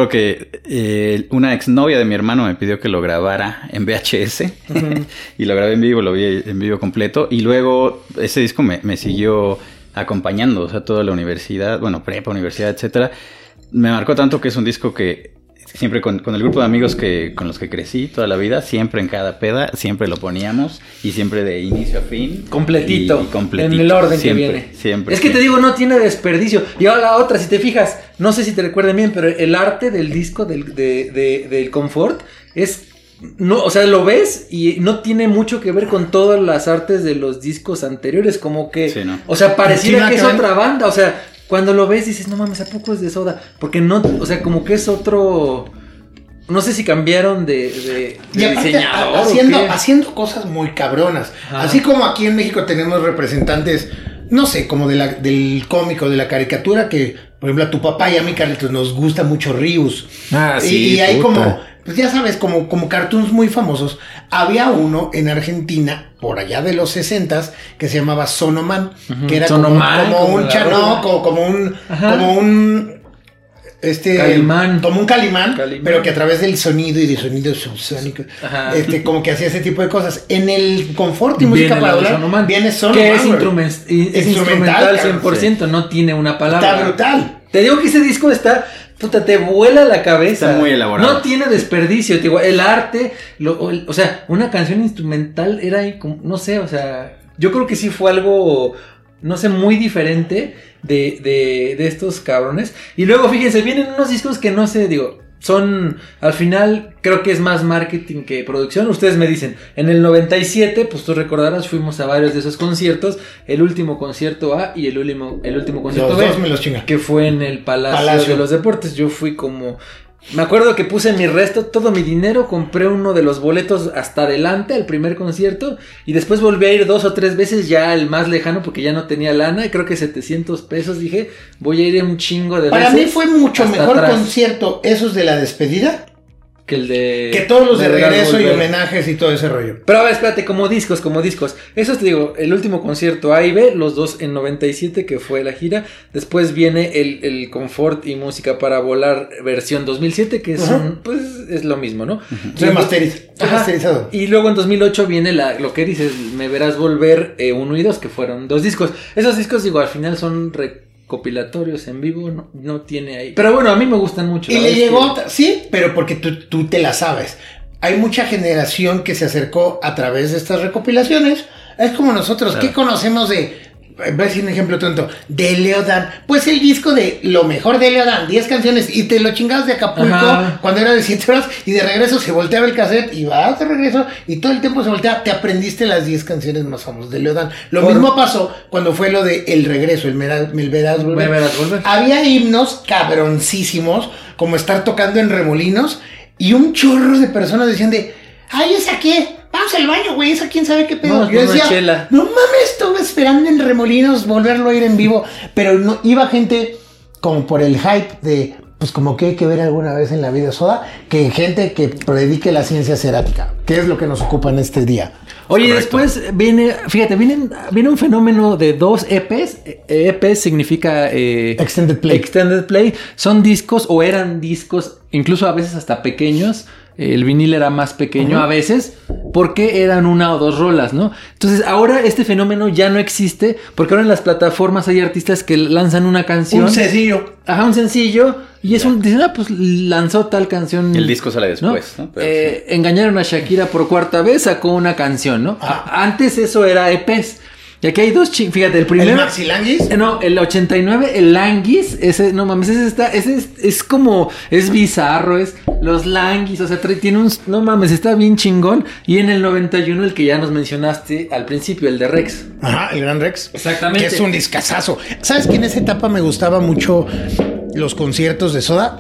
que una exnovia de mi hermano me pidió que lo grabara en VHS y lo grabé en vivo, lo vi en vivo completo. Y luego ese disco me siguió acompañando, o sea, toda la universidad, bueno, prepa, universidad, etcétera. Me marcó tanto que es un disco que siempre con el grupo de amigos con los que crecí toda la vida, siempre en cada peda, siempre lo poníamos y siempre de inicio a fin. Completito. En el orden siempre, que viene. Siempre. Es que te digo, no tiene desperdicio. Y ahora la otra, si te fijas, no sé si te recuerden bien, pero el arte del disco del Confort es... No, o sea, lo ves y no tiene mucho que ver con todas las artes de los discos anteriores, como que... Sí, ¿no? O sea, pareciera que es otra banda, o sea... Cuando lo ves dices, no mames, ¿a poco es de Soda? Porque no, o sea, como que es otro... No sé si cambiaron de diseñador haciendo cosas muy cabronas. Así como aquí en México tenemos representantes, no sé, como del cómico, de la caricatura, que, por ejemplo, a tu papá y a mí, Carlitos, nos gusta mucho Rius. Sí, y hay como... Pues ya sabes, como cartoons muy famosos. Había uno en Argentina, por allá de los 60s, que se llamaba Sonoman, que era como un Calimán. Como un Calimán, pero que a través del sonido y de sonidos subsónicos, como que hacía ese tipo de cosas. En el confort y música para volar viene Son que es instrumental 100%, sí. No tiene una palabra. Está brutal. Te digo que ese disco está... Puta, te vuela la cabeza. Está muy elaborado. No tiene desperdicio, digo, el arte, o sea, una canción instrumental era ahí como, no sé, o sea, yo creo que sí fue algo, no sé, muy diferente de estos cabrones. Y luego, fíjense, vienen unos discos que no sé, digo, son, al final, creo que es más marketing que producción. Ustedes me dicen, en el 97, pues tú recordarás, fuimos a varios de esos conciertos, el último concierto A y el último concierto los B, dos me los chinga. que fue en el Palacio de los Deportes. Yo fui como... Me acuerdo que puse mi resto, todo mi dinero, compré uno de los boletos hasta adelante al primer concierto y después volví a ir 2 o 3 veces ya el más lejano porque ya no tenía lana, creo que 700 pesos, dije, voy a ir un chingo de Para veces. mí fue mucho mejor concierto esos de la despedida que el de... Que todos los de regreso y homenajes y todo ese rollo. Pero a ver, espérate, como discos. Eso te digo, el último concierto A y B, los dos en 97, que fue la gira. Después viene el Confort y Música para Volar versión 2007, que es pues es lo mismo, ¿no? Remasterizado. Y luego en 2008 viene lo que dices, Me Verás Volver 1 y 2, que fueron 2 discos. Esos discos, digo, al final son recopilatorios en vivo, no tiene ahí. Pero bueno, a mí me gustan mucho. Y le llegó, sí, pero porque tú te la sabes. Hay mucha generación que se acercó a través de estas recopilaciones. Es como nosotros, claro. ¿Qué conocemos de... Voy a decir un ejemplo tonto, de Leodan? Pues el disco de lo mejor de Leodan, 10 canciones, y te lo chingabas de Acapulco cuando era de 7 horas, y de regreso se volteaba el cassette, y vas de regreso, y todo el tiempo se volteaba, te aprendiste las 10 canciones más famosas de Leodan. Lo mismo pasó cuando fue lo de El Regreso, Me Verás Volver. Había himnos cabroncísimos, como estar tocando en Remolinos, y un chorro de personas decían ay, ¿esa qué? Vamos al baño, güey, esa quién sabe qué pedo. Yo decía, no mames, estuve esperando en Remolinos volverlo a ir en vivo, pero no iba gente como por el hype de, pues como que hay que ver alguna vez en la vida Soda, que gente que predique la ciencia cerática, que es lo que nos ocupa en este día. Oye, correcto. Después viene un fenómeno de 2 EPs. EP significa Extended Play. Son discos o eran discos, incluso a veces hasta pequeños. El vinil era más pequeño a veces, porque eran 1 o 2 rolas, ¿no? Entonces, ahora este fenómeno ya no existe, porque ahora en las plataformas hay artistas que lanzan una canción. Un sencillo. Un sencillo. Y es dicen, pues lanzó tal canción. El disco sale después, ¿no? Pero, engañaron a Shakira por 4ª vez, sacó una canción, ¿no? Antes eso era EPs. Y aquí hay 2 fíjate, el primero... ¿El Maxi Languis? No, el 89, el Languis, ese, no mames, ese es como, es bizarro, es los Languis, o sea, tiene no mames, está bien chingón. Y en el 91, el que ya nos mencionaste al principio, el de Rex. El Gran Rex. Exactamente. Que es un discazazo. ¿Sabes que en esa etapa me gustaba mucho los conciertos de Soda?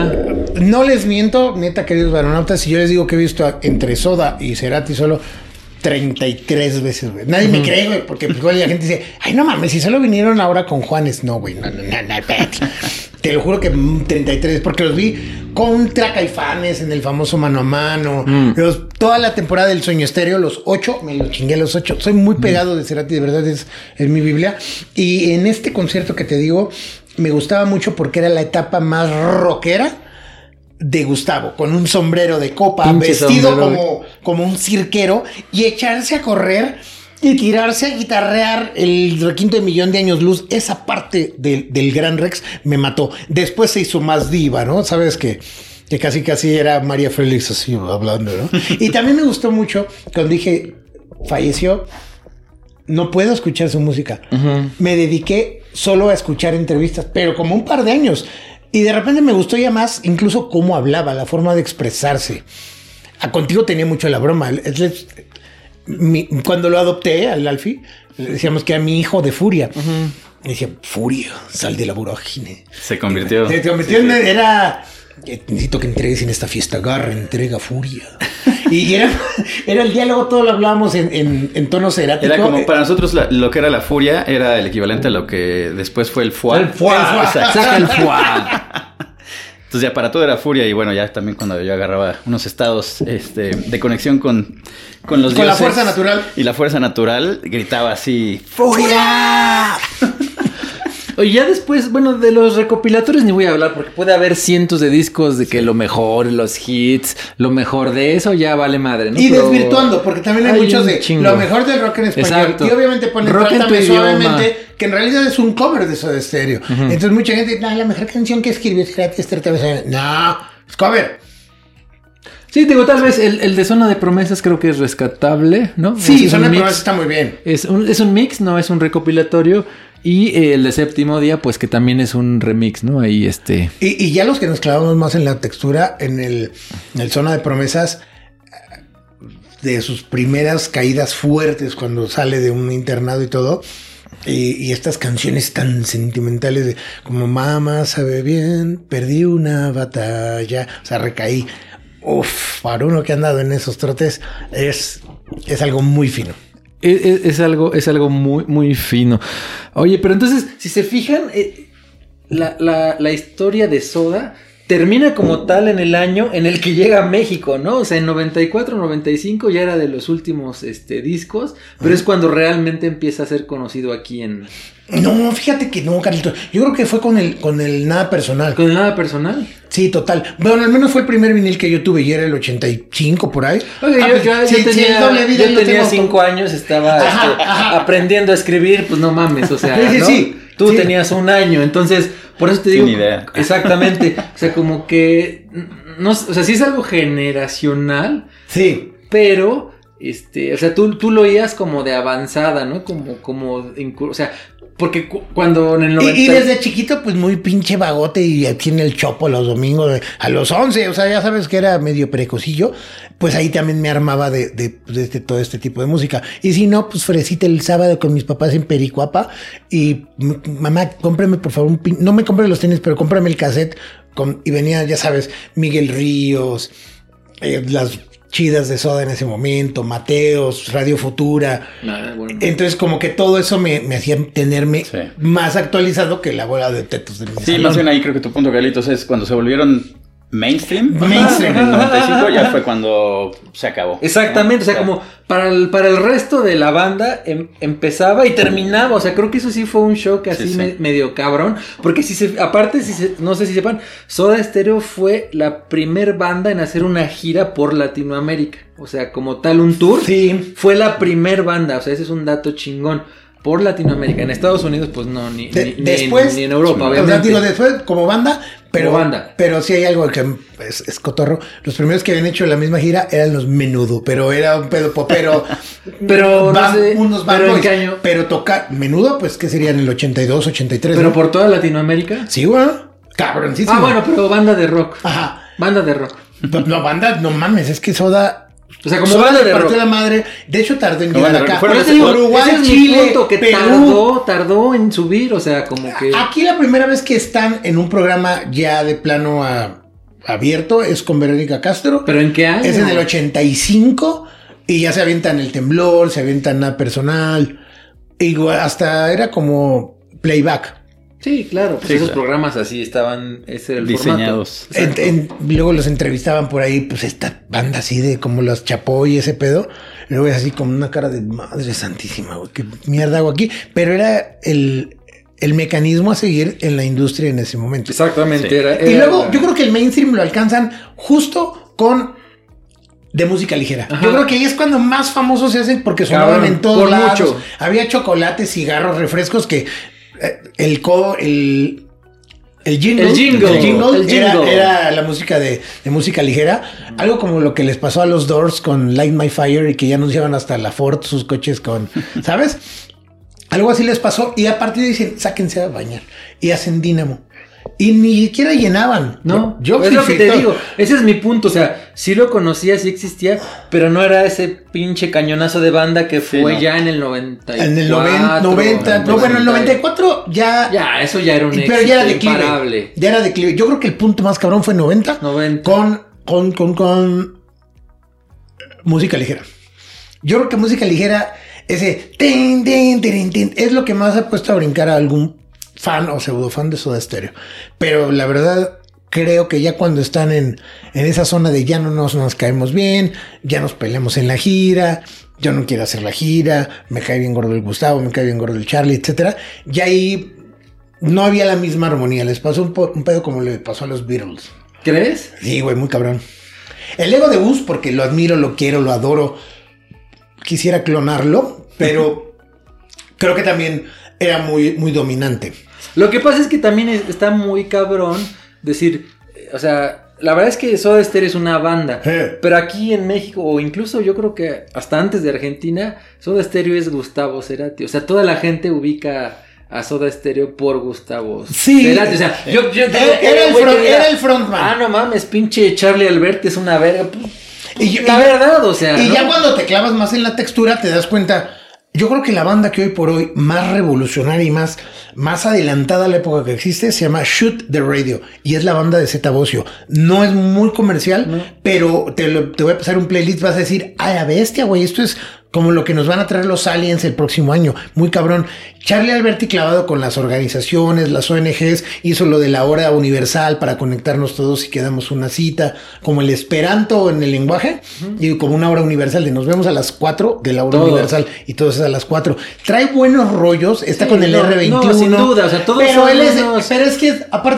No les miento, neta, queridos varonautas, si yo les digo que he visto entre Soda y Cerati solo 33 veces, güey. Nadie me cree, güey, porque pues, la gente dice, ay, no mames, si solo vinieron ahora con Juanes. No, güey, no, te lo juro que 33, porque los vi contra Caifanes en el famoso Mano a Mano. Toda la temporada del Sueño Estéreo, los 8, me los chingué los 8. Soy muy pegado de Cerati, de verdad, es mi Biblia. Y en este concierto que te digo, me gustaba mucho porque era la etapa más rockera de Gustavo, con un sombrero de copa, pinche vestido como un cirquero, y echarse a correr y tirarse a guitarrear el requinto de Millón de Años Luz. Esa parte del Gran Rex me mató. Después se hizo más diva, ¿no? Sabes que casi era María Félix así hablando, ¿no? Y también me gustó mucho cuando dije, falleció, no puedo escuchar su música. Me dediqué solo a escuchar entrevistas, pero como un par de años. Y de repente me gustó ya más incluso cómo hablaba, la forma de expresarse. Contigo tenía mucho la broma. Cuando lo adopté al Alfie, le decíamos que era mi hijo de Furia. Y decía, Furia, sal de la vorágine. Se convirtió. Era... Necesito que entregues en esta fiesta. Agarra, entrega, Furia. Y era el diálogo, todo lo hablábamos en tono cerático. Era como para nosotros lo que era la furia era el equivalente a lo que después fue el foie. El foie. Saca el foie. Entonces ya para todo era furia. Y bueno, ya también cuando yo agarraba unos estados de conexión con los dioses. Con la fuerza natural. Y la fuerza natural gritaba así, ¡Furia! Oye, ya después, bueno, de los recopilatorios ni voy a hablar porque puede haber cientos de discos de que lo mejor, los hits, lo mejor de eso ya vale madre, ¿no? Y pero desvirtuando, porque también hay muchos de lo mejor del rock en español. Exacto. Y obviamente ponen Trátame Suavemente, que en realidad es un cover de Soda Stereo. Entonces mucha gente dice, la mejor canción que escribió es Trátame Suavemente. No, es cover. Sí, digo, tal vez el de Zona de Promesas creo que es rescatable, ¿no? Sí, Zona de Promesas está muy bien. Es un mix, no es un recopilatorio. Y el de Séptimo Día, pues que también es un remix, ¿no? Ahí Y ya los que nos clavamos más en la textura, en el Zona de Promesas, de sus primeras caídas fuertes cuando sale de un internado y todo... Y estas canciones tan sentimentales de como mamá sabe bien, perdí una batalla, o sea, recaí. Uf, para uno que ha andado en esos trotes es algo muy fino. Es algo muy, muy fino. Oye, pero entonces, si se fijan, la historia de Soda termina como tal en el año en el que llega a México, ¿no? O sea, en 94, 95 ya era de los últimos discos, pero es cuando realmente empieza a ser conocido aquí en... No, fíjate que no, Carlito. Yo creo que fue con el Nada Personal. ¿Con el Nada Personal? Sí, total. Bueno, al menos fue el primer vinil que yo tuve y era el 85 por ahí. Oye, yo tenía 5 años, estaba aprendiendo a escribir, pues no mames, o sea, ¿no? Sí. Tú tenías 1 año, entonces, por eso te digo. Sin idea. Exactamente. O sea, como que, no, o sea, sí es algo generacional. Sí. Pero, o sea, tú lo oías como de avanzada, ¿no? O sea, porque cuando en el 90... Y desde chiquito, pues muy pinche vagote y aquí en el Chopo los domingos a los 11, o sea, ya sabes que era medio precocillo, pues ahí también me armaba de todo este tipo de música. Y si no, pues fresita el sábado con mis papás en Pericuapa y mamá, cómprame por favor no me compre los tenis, pero cómprame el cassette y venía, ya sabes, Miguel Ríos, las chidas de Soda en ese momento, Mateos, Radio Futura. Bueno. Entonces como que todo eso me hacía tenerme más actualizado que la bola de tetos de mi salón. Más bien ahí creo que tu punto, Carlitos, es cuando se volvieron mainstream. En el 95 ya fue cuando se acabó. Exactamente, o sea, como para el resto de la banda empezaba y terminaba, o sea, creo que eso sí fue un shock así medio cabrón, porque no sé si sepan, Soda Stereo fue la primer banda en hacer una gira por Latinoamérica, o sea, como tal un tour, fue la primer banda, o sea, ese es un dato chingón. Por Latinoamérica, en Estados Unidos, pues no, ni en Europa, obviamente. O sea, digo, después como banda, pero sí hay algo que es cotorro. Los primeros que habían hecho la misma gira eran los Menudo, pero era un pedo popero. pero no sé, unos bad boys, pero tocar Menudo, pues que sería en el 82, 83. Pero ¿no? Por toda Latinoamérica. Sí, güey. Cabroncísimo. Bueno, pero banda de rock. Ajá. Banda de rock. No, banda, no mames, es que Soda. O sea, como banda de rock. La madre, de hecho tardó en llegar acá. Uruguay, Chile, que Perú. Tardó en subir, o sea, como que... Aquí la primera vez que están en un programa ya de plano abierto es con Verónica Castro. ¿Pero en qué año? Es en el 85 y ya se avientan El Temblor, se avientan Nada Personal. Y hasta era como playback. Sí, claro, pues esos programas así estaban, ese era el diseñados. Luego los entrevistaban por ahí, pues esta banda así de como los Chapoy y ese pedo. Luego es así como una cara de madre santísima, güey, qué mierda hago aquí. Pero era el mecanismo a seguir en la industria en ese momento. Exactamente. Sí. Y luego yo creo que el mainstream lo alcanzan justo con de música ligera. Ajá. Yo creo que ahí es cuando más famosos se hacen porque sonaban en todos lados. Mucho. Había chocolates, cigarros, refrescos que el jingle era la música de música ligera. Algo como lo que les pasó a los Doors con Light My Fire y que ya anunciaban hasta la Ford sus coches con, ¿sabes? Algo así les pasó y a partir de dicen, sáquense a bañar y hacen Dínamo. Y ni siquiera llenaban. No, es lo que te digo. Ese es mi punto. O sea, sí lo conocía, sí existía, pero no era ese pinche cañonazo de banda que fue ya en el 94. En el 90. No, bueno, en el 94 ya. Ya, eso ya era un éxito. Pero ya era declive. Ya era declive. Yo creo que el punto más cabrón fue 90. Con música ligera. Yo creo que música ligera, ese es lo que más ha puesto a brincar a algún fan o pseudo fan de Soda Stereo. Pero la verdad creo que ya cuando están en esa zona de ya no nos caemos bien, ya nos peleamos en la gira, yo no quiero hacer la gira, me cae bien gordo el Gustavo, me cae bien gordo el Charlie, etcétera, ya ahí no había la misma armonía. Les pasó un pedo como le pasó a los Beatles. ¿Crees? Sí, güey, muy cabrón. El ego de Gus, porque lo admiro, lo quiero, lo adoro. Quisiera clonarlo, pero creo que también era muy, muy dominante. Lo que pasa es que también está muy cabrón decir, o sea... La verdad es que Soda Stereo es una banda, pero aquí en México, o incluso yo creo que hasta antes de Argentina, Soda Stereo es Gustavo Cerati. O sea, toda la gente ubica a Soda Stereo por Gustavo Cerati. O sea, era el frontman. Ah, no mames, pinche Charlie Alberti es una verga. La verdad, o sea. Y ya cuando te clavas más en la textura, te das cuenta... Yo creo que la banda que hoy por hoy más revolucionaria y más adelantada a la época que existe se llama Shoot the Radio y es la banda de Zeta Bosio. No es muy comercial, pero te voy a pasar un playlist, vas a decir, a la bestia, güey, esto es como lo que nos van a traer los aliens el próximo año. Muy cabrón. Charlie Alberti clavado con las organizaciones, las ONGs, hizo lo de la hora universal para conectarnos todos y quedamos una cita, como el esperanto en el lenguaje, y como una hora universal de nos vemos a las 4 de la hora universal y todos a las 4. Trae buenos rollos, está con el R21. No, sin duda, o sea, todos pero pero es que aparte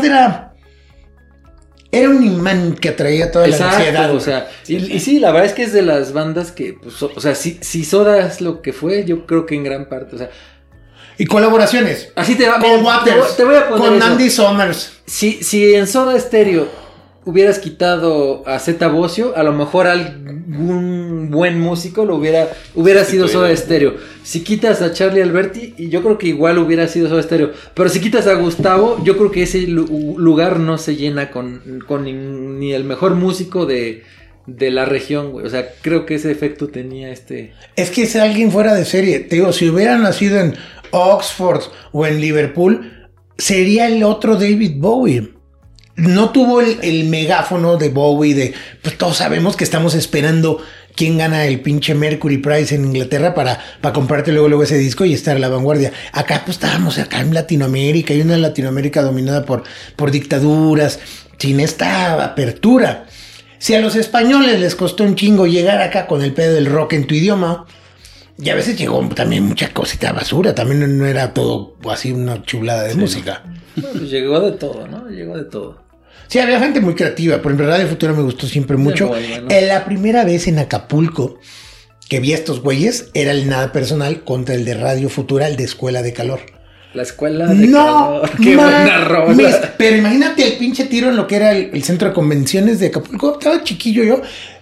era un imán que atraía toda la ansiedad. O sea, y sí, la verdad es que es de las bandas que, pues, o sea, si Soda es lo que fue, yo creo que en gran parte, o sea. Y colaboraciones. Así te va. Con Waters. Te voy a poner con Andy Summers. Si en Soda Stereo hubieras quitado a Zeta Bosio, a lo mejor algún buen músico hubiera sido Soda Stereo. Si quitas a Charlie Alberti, y yo creo que igual hubiera sido Soda Stereo. Pero si quitas a Gustavo, yo creo que ese lugar no se llena con ni el mejor músico de la región, güey. O sea, creo que ese efecto tenía Es que es alguien fuera de serie. Te digo, si hubiera nacido en Oxford o en Liverpool, sería el otro David Bowie. No tuvo el megáfono de Bowie pues todos sabemos que estamos esperando quién gana el pinche Mercury Prize en Inglaterra para comprarte luego ese disco y estar a la vanguardia. Acá pues estábamos acá en Latinoamérica y una Latinoamérica dominada por dictaduras, sin esta apertura. Si a los españoles les costó un chingo llegar acá con el pedo del rock en tu idioma, y a veces llegó también mucha cosita basura, también no era todo así una chulada de música. Pues llegó de todo, ¿no? Llegó de todo. Sí, había gente muy creativa. Por ejemplo, Radio Futura me gustó siempre mucho. Bueno. La primera vez en Acapulco que vi a estos güeyes era el Nada Personal contra el de Radio Futura, el de Escuela de Calor. La Escuela de Calor. Qué buena rola. Pero imagínate el pinche tiro en lo que era el centro de convenciones de Acapulco. Estaba chiquillo yo.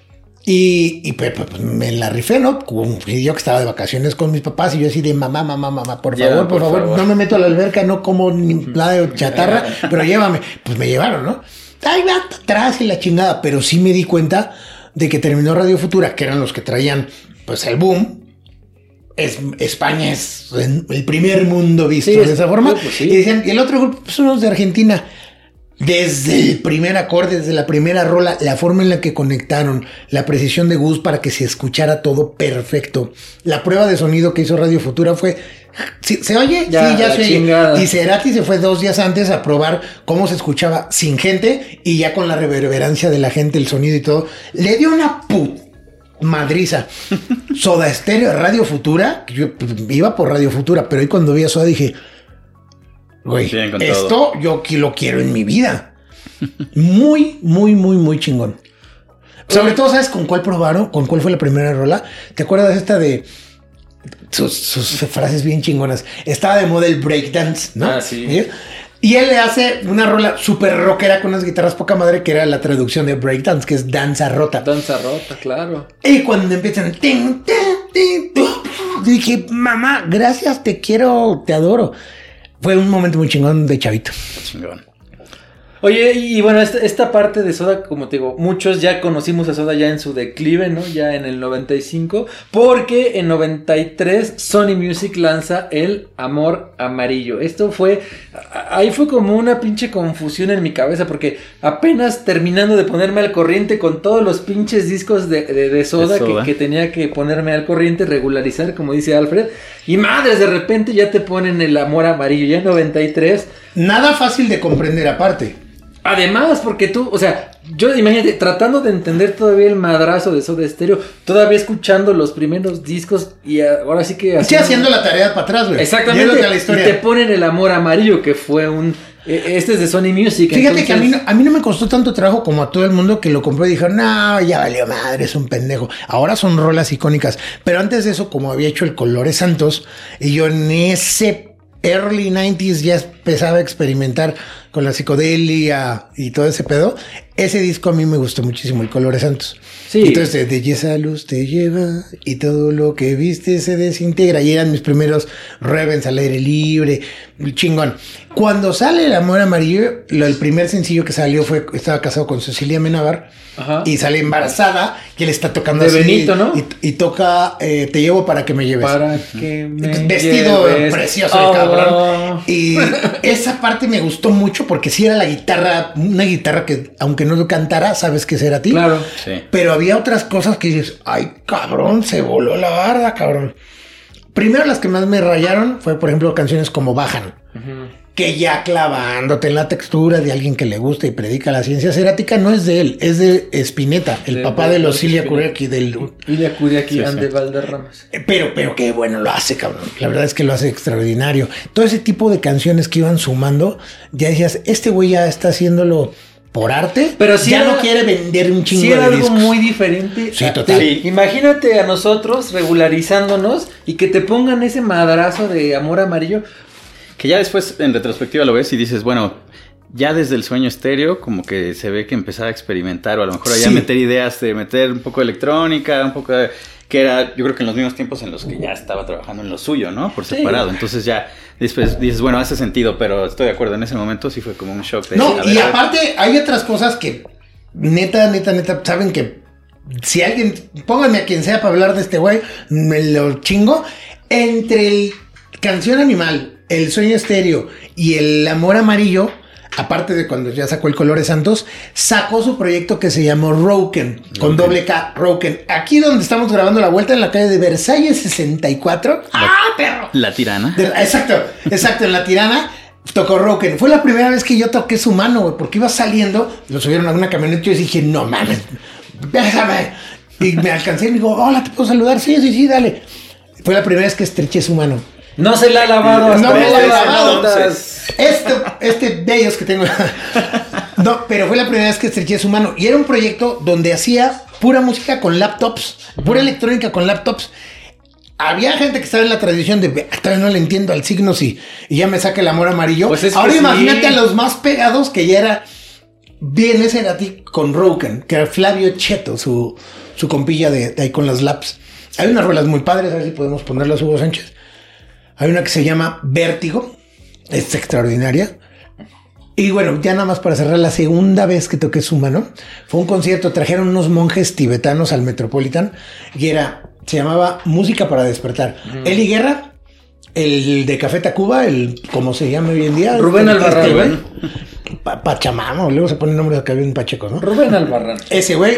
Y pues me la rifé, ¿no? Como yo que estaba de vacaciones con mis papás y yo así de mamá, por favor, no me meto a la alberca, no como nada de chatarra, pero llévame. Pues me llevaron, ¿no? Ahí va atrás y la chingada, pero sí me di cuenta de que terminó Radio Futura, que eran los que traían pues el boom. España es el primer mundo visto de esa forma. Pues, sí. Y decían, y el otro grupo pues, son los de Argentina. Desde el primer acorde, desde la primera rola, la forma en la que conectaron, la precisión de Gus para que se escuchara todo perfecto. La prueba de sonido que hizo Radio Futura fue... ¿Se oye? Ya se oye. Y Cerati se fue 2 días antes a probar cómo se escuchaba sin gente y ya con la reverberancia de la gente, el sonido y todo. Le dio una madriza. Soda Stereo, Radio Futura. Yo iba por Radio Futura, pero ahí cuando vi a Soda dije... Güey, esto yo lo quiero en mi vida. Muy, muy, muy, muy chingón. Sobre todo, ¿sabes con cuál probaron? ¿Con cuál fue la primera rola? ¿Te acuerdas esta de sus frases bien chingonas? Estaba de moda el breakdance, ¿no? Ah, sí. ¿Sí? Y él le hace una rola súper rockera con unas guitarras poca madre, que era la traducción de breakdance, que es danza rota. Danza rota, claro. Y cuando empiezan... dije, mamá, gracias, te quiero, te adoro. Fue un momento muy chingón de chavito. Chingón. Oye, y bueno, esta parte de Soda, como te digo, muchos ya conocimos a Soda ya en su declive, ¿no? Ya en el 95, porque en 93 Sony Music lanza El Amor Amarillo. Ahí fue como una pinche confusión en mi cabeza, porque apenas terminando de ponerme al corriente con todos los pinches discos de Soda. Que tenía que ponerme al corriente, regularizar, como dice Alfred, y madres, de repente ya te ponen El Amor Amarillo, ya en 93. Nada fácil de comprender aparte. Además, porque tú, o sea, yo imagínate, tratando de entender todavía el madrazo de Soda Stereo, todavía escuchando los primeros discos y ahora sí que... haciendo la tarea para atrás, güey. Exactamente, la historia. Y te ponen El Amor Amarillo, que fue un... Este es de Sony Music. Fíjate entonces... que a mí no me costó tanto trabajo como a todo el mundo que lo compró y dijo, no, ya valió madre, es un pendejo. Ahora son rolas icónicas. Pero antes de eso, como había hecho el Colores Santos, y yo en ese early 90s ya empezaba a experimentar con la psicodelia y todo ese pedo. Ese disco a mí me gustó muchísimo, el Colores Santos. Sí. Entonces, de esa luz te lleva y todo lo que viste se desintegra. Y eran mis primeros Rebens al aire libre, chingón. Cuando sale El Amor Amarillo, el primer sencillo que salió fue, estaba casado con Cecilia Amenábar. Ajá. Y sale embarazada y él está tocando de así, Benito, ¿no? Y toca Te llevo para que me lleves. Para que me vestido lleves. Precioso el cabrón. Y esa parte me gustó mucho porque sí era la guitarra, una guitarra que aunque no lo cantara, sabes que era a ti. Claro. Sí. Pero había otras cosas que dices, ay, cabrón, se voló la barda, cabrón. Primero las que más me rayaron fue, por ejemplo, canciones como Bajan. Que ya clavándote en la textura de alguien que le gusta y predica la ciencia serática, no es de él, es de Spinetta, el papá de los Ilia Kuriaki Ilia Kuriaki and the Valderramas. Pero qué bueno lo hace, cabrón. La verdad es que lo hace extraordinario. Todo ese tipo de canciones que iban sumando, ya decías, este güey ya está haciéndolo por arte, pero sí ya no quiere vender un chingo de discos. Sí, era algo muy diferente. Sí, total. Imagínate a nosotros regularizándonos y que te pongan ese madrazo de Amor Amarillo. Que ya después en retrospectiva lo ves y dices, bueno, ya desde el Sueño Estéreo como que se ve que empezaba a experimentar o a lo mejor a meter ideas de meter un poco de electrónica, un poco de... que era yo creo que en los mismos tiempos en los que ya estaba trabajando en lo suyo, ¿no? Por separado. Entonces ya después dices, bueno, hace sentido, pero estoy de acuerdo, en ese momento sí fue como un shock. De, no, y aparte hay otras cosas que neta, saben que si alguien, pónganme a quien sea para hablar de este güey, me lo chingo. Entre el Canción Animal, El Sueño Estéreo y El Amor Amarillo, aparte de cuando ya sacó el Colores Santos, sacó su proyecto que se llamó Roken, con doble K, Roken. Aquí donde estamos grabando la vuelta en la calle de Versalles 64. Perro! La Tirana. Exacto, en La Tirana tocó Roken. Fue la primera vez que yo toqué su mano, güey, porque iba saliendo, lo subieron a una camioneta y yo dije, no mames, déjame. Y me alcancé y me dijo, hola, ¿te puedo saludar? Sí, dale. Fue la primera vez que estreché su mano. No se la ha lavado hasta no me la he lavado. Este de ellos que tengo. No, pero fue la primera vez que estreché su mano. Y era un proyecto donde hacía pura música con laptops, pura electrónica con laptops. Había gente que estaba en la tradición de todavía no le entiendo al signo y ya me saca El Amor Amarillo. Pues ahora imagínate a los más pegados que ya era bien ese era ti con Roken, que era Flavio Cheto, su compilla de ahí con las laps. Hay unas rolas muy padres, a ver si podemos ponerlas, Hugo Sánchez. Hay una que se llama Vértigo, es extraordinaria. Y bueno, ya nada más para cerrar, la segunda vez que toqué su mano fue un concierto, trajeron unos monjes tibetanos al Metropolitan y se llamaba Música para Despertar. Eli Guerra, el de Café Tacuba, el como se llama hoy en día. Rubén Albarrán. Pachamama, luego se pone el nombre de acá bien Pacheco, ¿no? Rubén Albarrán. Ese güey,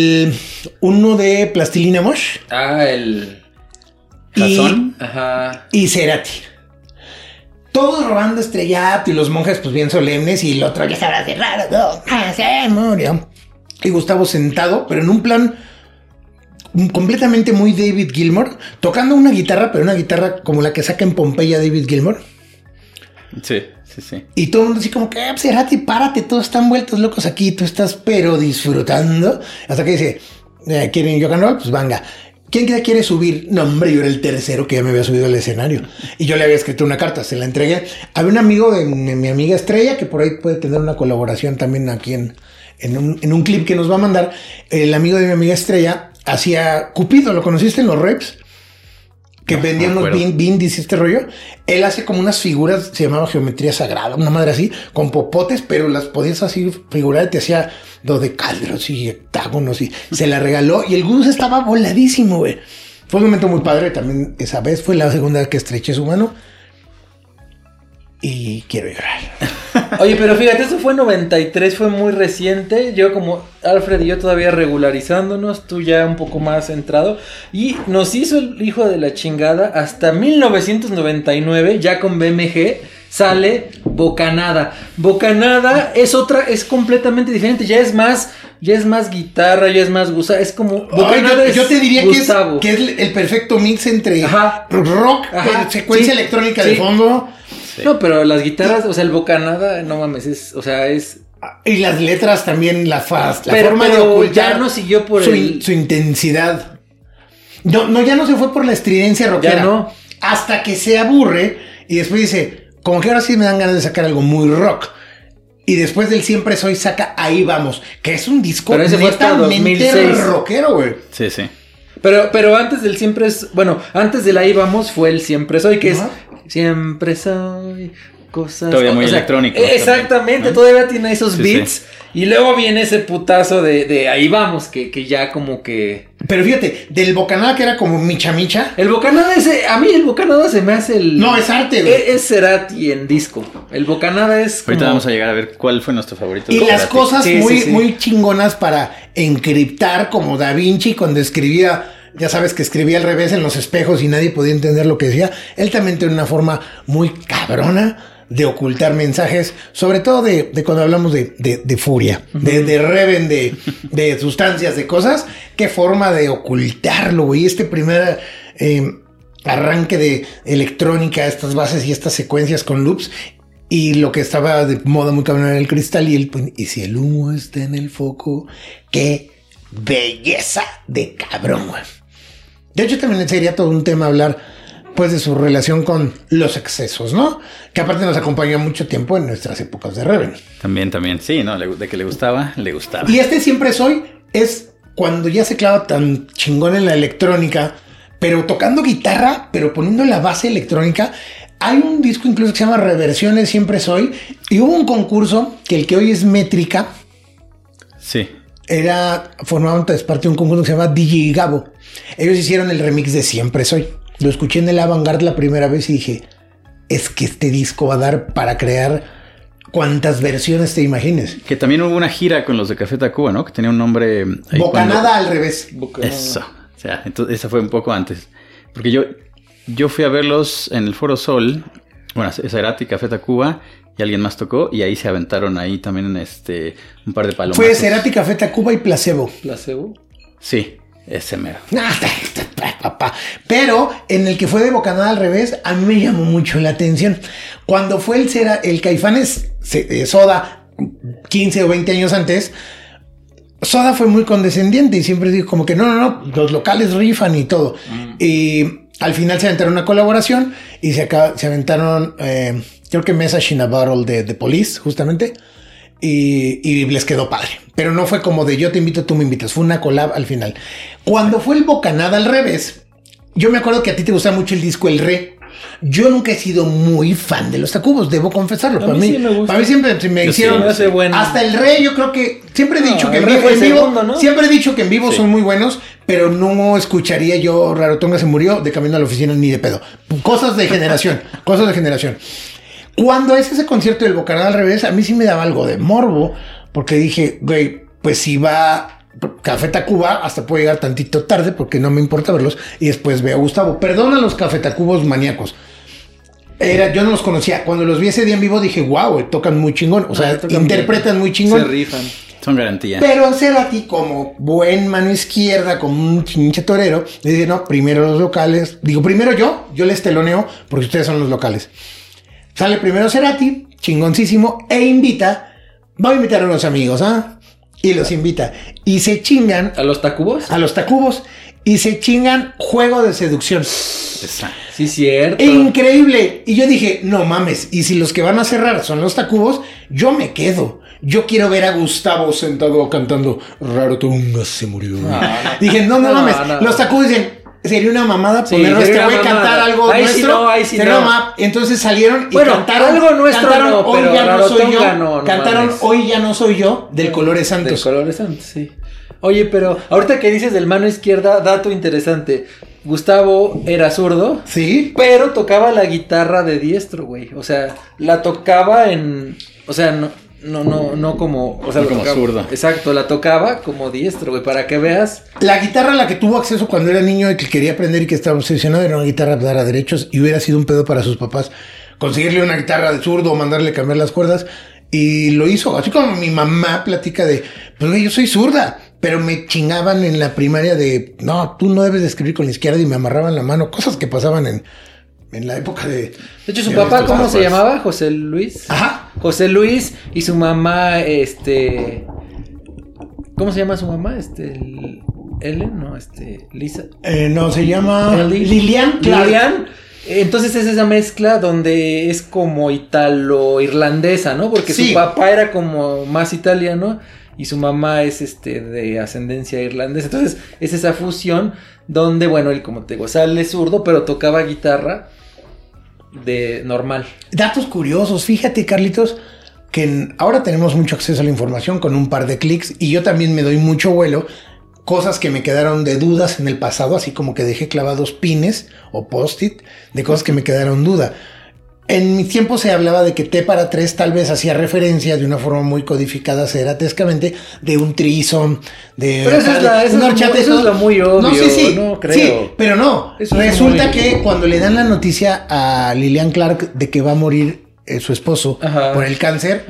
uno de Plastilina Mosh. El... Cazón. Ajá. Y Cerati. Todos robando estrellato y los monjes pues bien solemnes y el otro ya estaba de raro. Se murió. Y Gustavo sentado, pero en un plan completamente muy David Gilmour, tocando una guitarra, pero una guitarra como la que saca en Pompeya David Gilmour. Sí. Y todo el mundo así como que, Cerati, párate, todos están vueltos locos aquí, tú estás pero disfrutando. Hasta que dice, ¿quieren rock and roll? Pues venga. ¿Quién quiere subir? No, hombre, yo era el tercero que ya me había subido al escenario. Y yo le había escrito una carta, se la entregué. Había un amigo de mi amiga Estrella, que por ahí puede tener una colaboración también aquí en un clip que nos va a mandar. El amigo de mi amiga Estrella hacía Cupido, ¿lo conociste en los reps? Que vendían unos bindis y este rollo. Él hace como unas figuras, se llamaba geometría sagrada, una madre así, con popotes, pero las podías así figurar y te hacía dodecaedros y hectágonos y se la regaló y el Gus estaba voladísimo, güey. Fue un momento muy padre también. Esa vez fue la segunda vez que estreché su mano y quiero llorar. Oye, pero fíjate, eso fue en 93, fue muy reciente. Yo como Alfred y yo todavía regularizándonos, tú ya un poco más centrado. Y nos hizo el hijo de la chingada hasta 1999, ya con BMG, sale Bocanada. Bocanada es completamente diferente, ya es más guitarra, ya es más Gustavo, es como yo te diría que es el perfecto mix entre rock, secuencia electrónica de fondo. Sí. No, pero las guitarras, o sea, el Bocanada, no mames, es y las letras también, la forma de ocultar ya no siguió por su intensidad. No, ya no se fue por la estridencia rockera. Ya no. Hasta que se aburre y después dice, como que ahora sí me dan ganas de sacar algo muy rock. Y después del Siempre Soy saca Ahí Vamos, que es un disco netamente rockero, güey. Sí, sí. Pero antes del antes del Ahí Vamos fue el Siempre Soy, que es Siempre Soy cosas. Todavía muy electrónico. Exactamente, ¿no? Todavía tiene esos beats. Sí. Y luego viene ese putazo de Ahí Vamos, que ya como que... Pero fíjate, del Bocanada que era como micha. El Bocanada a mí el Bocanada se me hace el... No, es arte, güey. Es Cerati en disco. El Bocanada es como... Ahorita vamos a llegar a ver cuál fue nuestro favorito. Y las cosas muy chingonas para encriptar, como Da Vinci cuando escribía... Ya sabes que escribía al revés en los espejos y nadie podía entender lo que decía. Él también tiene una forma muy cabrona de ocultar mensajes, sobre todo de cuando hablamos de furia, de reven, de sustancias, de cosas. Qué forma de ocultarlo, güey. Este primer arranque de electrónica, estas bases y estas secuencias con loops. Y lo que estaba de moda muy cabrón era el cristal y si el humo está en el foco, qué belleza de cabrón, güey. De hecho, también sería todo un tema hablar, pues, de su relación con los excesos, ¿no? Que aparte nos acompañó mucho tiempo en nuestras épocas de Reven. También. Sí, ¿no? De que le gustaba. Y Siempre Soy es cuando ya se clava tan chingón en la electrónica, pero tocando guitarra, pero poniendo la base electrónica. Hay un disco incluso que se llama Reversiones Siempre Soy. Y hubo un concurso que el que hoy es Métrica. Sí. Formaban parte de un concurso que se llama DJ Gabo. Ellos hicieron el remix de Siempre Soy. Lo escuché en el Avantgarde la primera vez y dije, es que este disco va a dar para crear cuantas versiones te imagines. Que también hubo una gira con los de Café Tacuba, ¿no? Que tenía un nombre... Bocanada al revés. Bocanada. Eso. O sea, entonces esa fue un poco antes. Porque yo fui a verlos en el Foro Sol. Bueno, Cerati, Café Tacuba... Y alguien más tocó y ahí se aventaron ahí también un par de palomas. Fue Cerati, Café Tacuba y Placebo. ¿Placebo? Sí, ese mero. Papá. Pero en el que fue de Bocanada al revés, a mí me llamó mucho la atención. Cuando fue el Caifanes Soda, 15 o 20 años antes, Soda fue muy condescendiente y siempre dijo como que no, los locales rifan y todo. Y al final se aventaron una colaboración y se aventaron... creo que Message in a Bottle de The Police, justamente. Y les quedó padre. Pero no fue como de yo te invito, tú me invitas. Fue una collab al final. Cuando fue el Bocanada al revés, yo me acuerdo que a ti te gustaba mucho el disco El Re. Yo nunca he sido muy fan de los Tacubos, debo confesarlo. Para mí, sí me gusta. Para mí siempre me hicieron... Hasta El Re, yo creo que... Siempre he dicho que en vivo... ¿no? Siempre he dicho que en vivo son muy buenos, pero no escucharía yo Rarotonga se murió de camino a la oficina ni de pedo. Cosas de generación. Cuando es ese concierto del Bocanada al revés, a mí sí me daba algo de morbo, porque dije, güey, pues si va Café Tacuba, hasta puede llegar tantito tarde, porque no me importa verlos, y después veo a Gustavo. Perdona a los Café Tacubos maníacos. Yo no los conocía. Cuando los vi ese día en vivo dije, wow, tocan muy chingón. O sea, interpretan muy chingón. Se rifan. Son garantía. Pero Cerati, como buen mano izquierda, como un chinche torero, le dice, no, primero los locales. Digo, primero yo les teloneo, porque ustedes son los locales. Sale primero Cerati, chingoncísimo, va a invitar a unos amigos, y los invita. Y se chingan... ¿A los Tacubos? A los Tacubos. Y se chingan Juego de Seducción. Sí, cierto. Increíble. Y yo dije, no mames, y si los que van a cerrar son los Tacubos, yo me quedo. Yo quiero ver a Gustavo sentado cantando Rarotonga se murió. Dije, no mames. Los Tacubos dicen... Sería una mamada ponernos que voy a cantar algo ahí nuestro. Ahí sí no. Entonces salieron y cantaron algo nuestro. Cantaron no, Hoy pero ya no soy yo. Cantaron Hoy ya no soy yo del Colores Santos. Del Colores Santos, sí. Oye, pero ahorita que dices del mano izquierda, dato interesante. Gustavo era zurdo. Sí. Pero tocaba la guitarra de diestro, güey. O sea, la tocaba en... O sea, no como... O sea, como zurdo. Exacto, la tocaba como diestro, güey, para que veas. La guitarra a la que tuvo acceso cuando era niño y que quería aprender y que estaba obsesionado era una guitarra para derechos y hubiera sido un pedo para sus papás conseguirle una guitarra de zurdo o mandarle cambiar las cuerdas. Y lo hizo, así como mi mamá platica de, pues yo soy zurda, pero me chingaban en la primaria de, no, tú no debes de escribir con la izquierda y me amarraban la mano, cosas que pasaban en la época de... De hecho, su papá, ¿cómo se llamaba? José Luis. Ajá. José Luis y su mamá, ¿cómo se llama su mamá? Ellen, no, Lisa. No, se llama Lilian Clark. Lilian. Entonces es esa mezcla donde es como italo-irlandesa, ¿no? Porque su papá era como más italiano y su mamá es de ascendencia irlandesa. Entonces es esa fusión donde, bueno, él, como te digo, sale zurdo, pero tocaba guitarra de normal. Datos curiosos, fíjate, Carlitos, que ahora tenemos mucho acceso a la información con un par de clics y yo también me doy mucho vuelo. Cosas que me quedaron de dudas en el pasado, así como que dejé clavados pines o post-it de cosas que me quedaron duda. En mi tiempo se hablaba de que T para 3 tal vez hacía referencia de una forma muy codificada ceratescamente de un threesome, de... Pero eso es lo muy obvio, no, sí, no creo. Sí, pero no. Eso resulta que cuando le dan la noticia a Lilian Clark de que va a morir su esposo por el cáncer,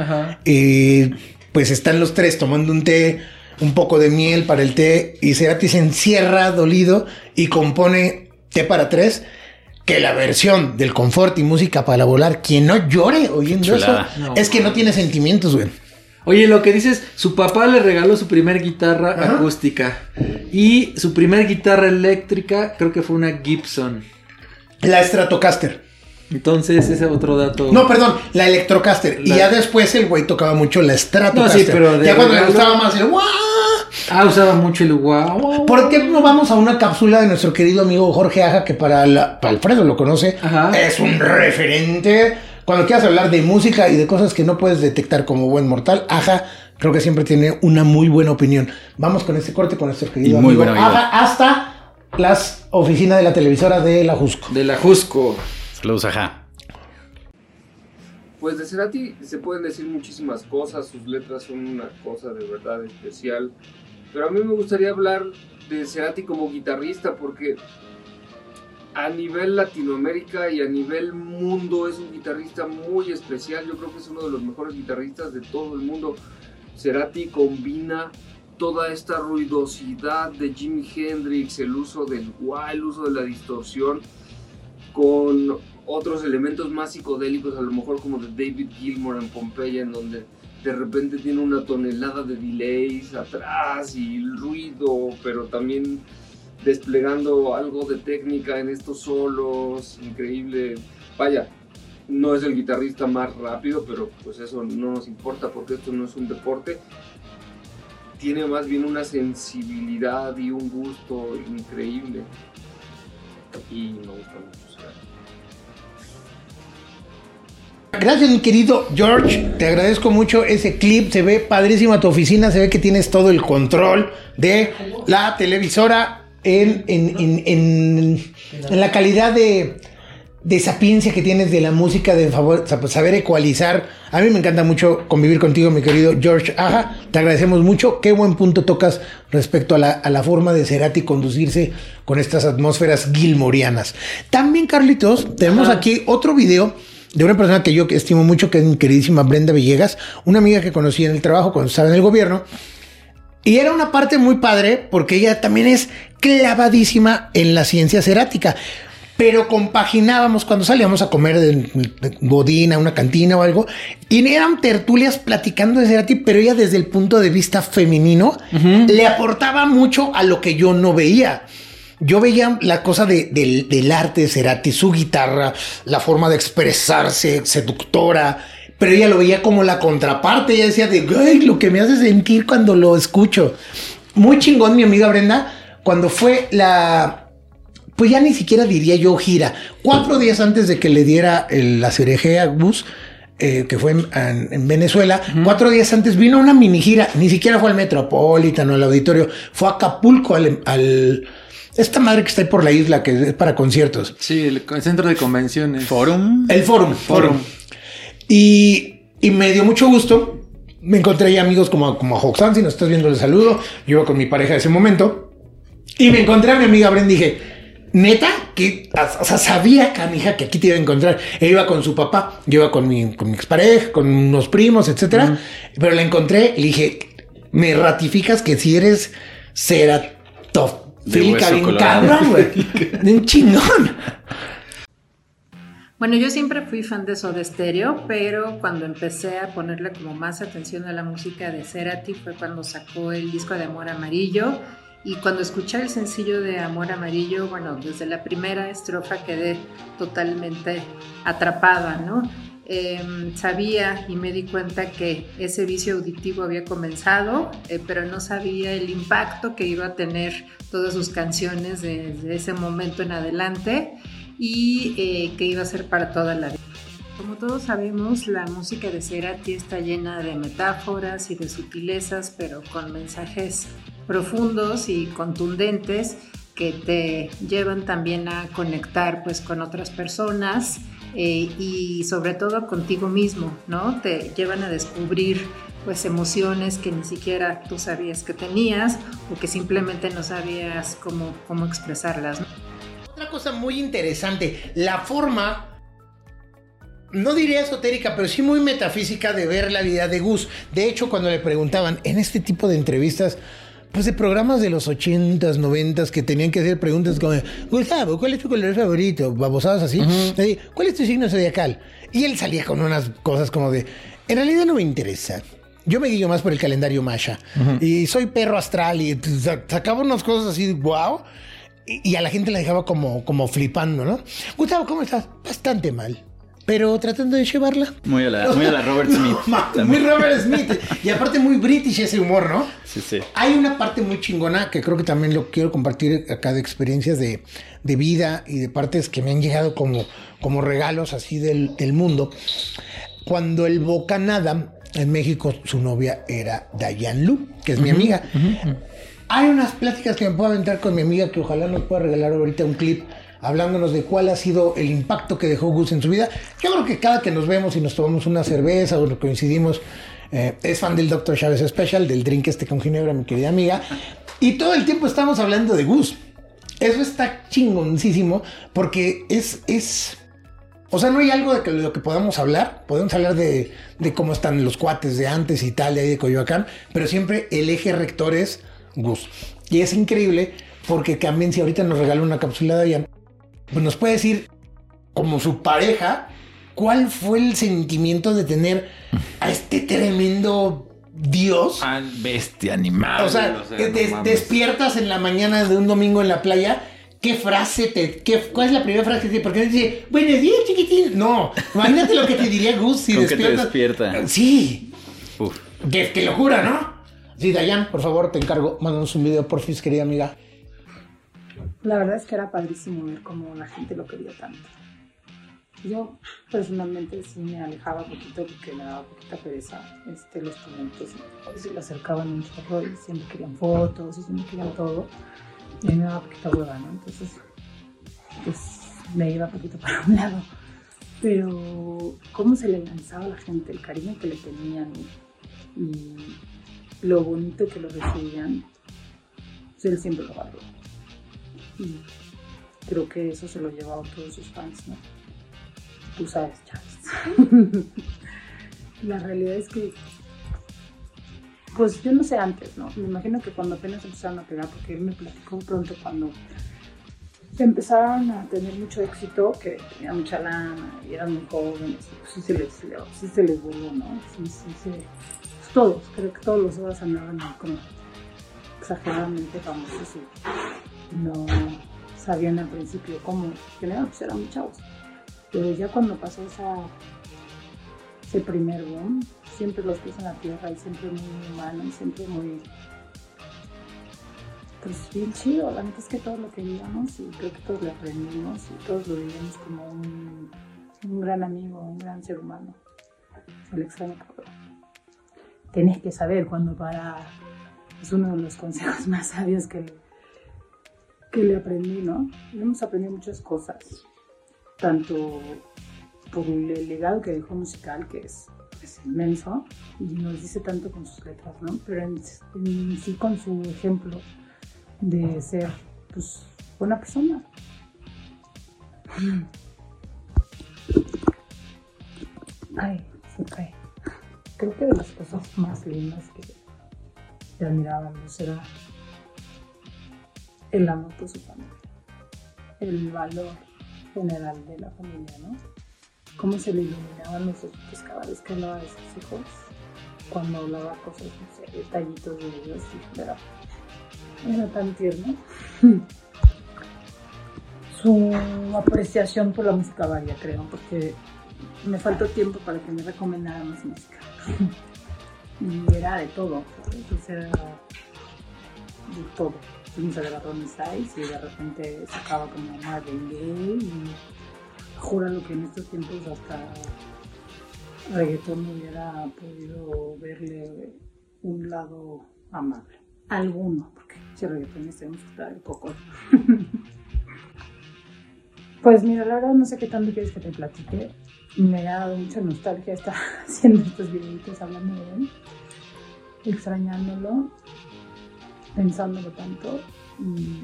pues están los tres tomando un té, un poco de miel para el té, y Cerati se encierra dolido y compone Té para 3, que la versión del confort y música para volar, quien no llore oyendo eso, es que no tiene sentimientos, güey. Oye, lo que dices, su papá le regaló su primer guitarra acústica y su primer guitarra eléctrica creo que fue una Gibson. La Stratocaster. Entonces, ese es otro dato. No, perdón, la Electrocaster. Y ya después el güey tocaba mucho la Stratocaster. No, sí, pero ya cuando le gustaba más el guau. Usaba mucho el guau. ¿Por qué no vamos a una cápsula de nuestro querido amigo Jorge Aja, que para Alfredo lo conoce? Es un referente. Cuando quieras hablar de música y de cosas que no puedes detectar como buen mortal, Aja creo que siempre tiene una muy buena opinión. Vamos con este corte con nuestro querido amigo Aja hasta las oficinas de la televisora de la Jusco. De la Jusco. Saludos, Aja. Pues de Cerati se pueden decir muchísimas cosas, sus letras son una cosa de verdad especial, pero a mí me gustaría hablar de Cerati como guitarrista porque a nivel Latinoamérica y a nivel mundo es un guitarrista muy especial. Yo creo que es uno de los mejores guitarristas de todo el mundo. Cerati combina toda esta ruidosidad de Jimi Hendrix, el uso del wah, el uso de la distorsión, con otros elementos más psicodélicos, a lo mejor como de David Gilmour en Pompeya, en donde de repente tiene una tonelada de delays atrás y ruido, pero también desplegando algo de técnica en estos solos, increíble. Vaya, no es el guitarrista más rápido, pero pues eso no nos importa porque esto no es un deporte. Tiene más bien una sensibilidad y un gusto increíble. Y me gusta mucho. Gracias, mi querido George, te agradezco mucho ese clip, se ve padrísima tu oficina, se ve que tienes todo el control de la televisora en la calidad de sapiencia que tienes de la música, de saber ecualizar. A mí me encanta mucho convivir contigo, mi querido George Aja, te agradecemos mucho, qué buen punto tocas respecto a la forma de Cerati conducirse con estas atmósferas gilmourianas. También, Carlitos, tenemos aquí otro video de una persona que yo estimo mucho, que es mi queridísima Brenda Villegas, una amiga que conocí en el trabajo cuando estaba en el gobierno. Y era una parte muy padre porque ella también es clavadísima en la ciencia cerática. Pero compaginábamos cuando salíamos a comer de Godín a una cantina o algo. Y eran tertulias platicando de Cerati, pero ella desde el punto de vista femenino le aportaba mucho a lo que yo no veía. Yo veía la cosa del arte de Cerati, su guitarra, la forma de expresarse seductora, pero ella lo veía como la contraparte. Ella decía ay, lo que me hace sentir cuando lo escucho. Muy chingón, mi amiga Brenda, cuando fue pues ya ni siquiera diría yo gira. 4 días antes de que le diera la CRG a Gus, que fue en Venezuela, 4 días antes vino una mini gira. Ni siquiera fue al Metropolitan o al Auditorio, fue a Acapulco, al esta madre que está ahí por la isla, que es para conciertos. Sí, el centro de convenciones. ¿Forum? El Forum. Y me dio mucho gusto. Me encontré ahí amigos como Hoxan, si nos estás viendo, les saludo. Yo iba con mi pareja de ese momento. Y me encontré a mi amiga Brenda y dije, neta, que, o sea, sabía, canija, que aquí te iba a encontrar. Él iba con su papá, yo iba con mi expareja, con unos primos, etcétera. Pero la encontré y le dije, me ratificas que si eres ceratofílica bien cabrón, güey. Un chingón. Bueno, yo siempre fui fan de Soda Stereo, pero cuando empecé a ponerle como más atención a la música de Cerati fue cuando sacó el disco de Amor Amarillo. Y cuando escuché el sencillo de Amor Amarillo, bueno, desde la primera estrofa quedé totalmente atrapada, ¿no? Sabía y me di cuenta que ese vicio auditivo había comenzado, pero no sabía el impacto que iba a tener todas sus canciones desde ese momento en adelante y que iba a ser para toda la vida. Como todos sabemos, la música de Cerati está llena de metáforas y de sutilezas, pero con mensajes profundos y contundentes que te llevan también a conectar pues con otras personas y sobre todo contigo mismo, ¿no? Te llevan a descubrir pues emociones que ni siquiera tú sabías que tenías o que simplemente no sabías cómo expresarlas, ¿no? Otra cosa muy interesante, la forma, no diría esotérica, pero sí muy metafísica de ver la vida de Gus. De hecho, cuando le preguntaban en este tipo de entrevistas, pues de programas de los 80s, 90s que tenían que hacer preguntas como Gustavo, ¿cuál es tu color favorito? Babosadas así. ¿Cuál es tu signo zodiacal? Y él salía con unas cosas como de, en realidad no me interesa. Yo me guío más por el calendario Masha. Y soy perro astral y sacaba unas cosas así, wow. Y a la gente la dejaba como flipando, ¿no? Gustavo, ¿cómo estás? Bastante mal. Pero tratando de llevarla. Muy a la Robert Smith. Muy Robert Smith. Y aparte muy british ese humor, ¿no? Sí, sí. Hay una parte muy chingona que creo que también lo quiero compartir acá de experiencias de vida y de partes que me han llegado como regalos así del mundo. Cuando el Bocanada en México, su novia era Diane Lu, que es mi amiga. Hay unas pláticas que me puedo aventar con mi amiga que ojalá nos pueda regalar ahorita un clip hablándonos de cuál ha sido el impacto que dejó Gus en su vida. Yo creo que cada que nos vemos y nos tomamos una cerveza o nos coincidimos, es fan del Dr. Chávez Special, del drink con ginebra, mi querida amiga, y todo el tiempo estamos hablando de Gus. Eso está chingoncísimo porque es o sea, no hay algo de lo que podamos hablar. Podemos hablar de cómo están los cuates de antes y tal, de ahí de Coyoacán, pero siempre el eje rector es Gus. Y es increíble porque también si ahorita nos regala una cápsula de Diane, pues nos puede decir, como su pareja, cuál fue el sentimiento de tener a este tremendo Dios. Al bestia animal. O sea, despiertas en la mañana de un domingo en la playa. ¿Qué frase cuál es la primera frase que te dice? Porque no dice, buenos días, chiquitín. No, imagínate lo que te diría Gus si despiertas. ¿Con qué te despierta? Sí. Uf. Qué locura, ¿no? Sí, Dayan, por favor, te encargo. Mándanos un video, porfis, querida amiga. La verdad es que era padrísimo ver cómo la gente lo quería tanto. Yo personalmente sí me alejaba un poquito porque me daba poquita pereza los talentos. A veces se le acercaban un chorro y siempre querían fotos y siempre querían todo. Y a mí me daba poquita hueva, ¿no? Entonces, pues me iba un poquito para un lado. Pero cómo se le lanzaba a la gente, el cariño que le tenían y lo bonito que lo recibían, pues él siempre lo valoró. Y creo que eso se lo llevaba a todos sus fans, ¿no? Tú sabes, Chávez. La realidad es que, pues yo no sé antes, ¿no? Me imagino que cuando apenas empezaron a pegar, porque él me platicó pronto cuando empezaron a tener mucho éxito, que tenían mucha lana y eran muy jóvenes, pues sí se les voló, ¿no? Sí, pues todos, creo que todos los horas andaban como exageradamente famosos y no sabían al principio cómo, que no, pues eran muy chavos. Pero ya cuando pasó ese primer boom, siempre los pies en la tierra y siempre muy humano y siempre muy, pues bien chido. La neta es que todos lo queríamos y creo que todos le aprendimos y todos lo vivimos como un gran amigo, un gran ser humano. Se le extraña cabrón. Tenés que saber cuándo parar. Es uno de los consejos más sabios que le aprendí, ¿no? Y hemos aprendido muchas cosas, tanto por el legado que dejó musical, que es inmenso, y nos dice tanto con sus letras, ¿no? Pero en sí con su ejemplo de ser, pues, buena persona. Ay, se cae. Creo que de las cosas más lindas que admirábamos era el amor por su familia, el valor general de la familia, ¿no? Cómo se le iluminaban los ojos cada vez que hablaba de sus hijos, cuando hablaba cosas, no sé, detallitos de ellos, y era tan tierno. Su apreciación por la música varía, creo, porque me faltó tiempo para que me recomendara más música. Y era de todo, entonces era de todo. Fuimos a grabar Ronnie Size y de repente sacaba como Marvin Gaye y júralo que en estos tiempos hasta reggaetón no hubiera podido verle un lado amable. Alguno, porque si reggaetón tenemos que estar el coco. Pues mira, la verdad no sé qué tanto quieres que te platique. Me ha dado mucha nostalgia estar haciendo estos videitos hablando de él, extrañándolo, pensándolo tanto. Y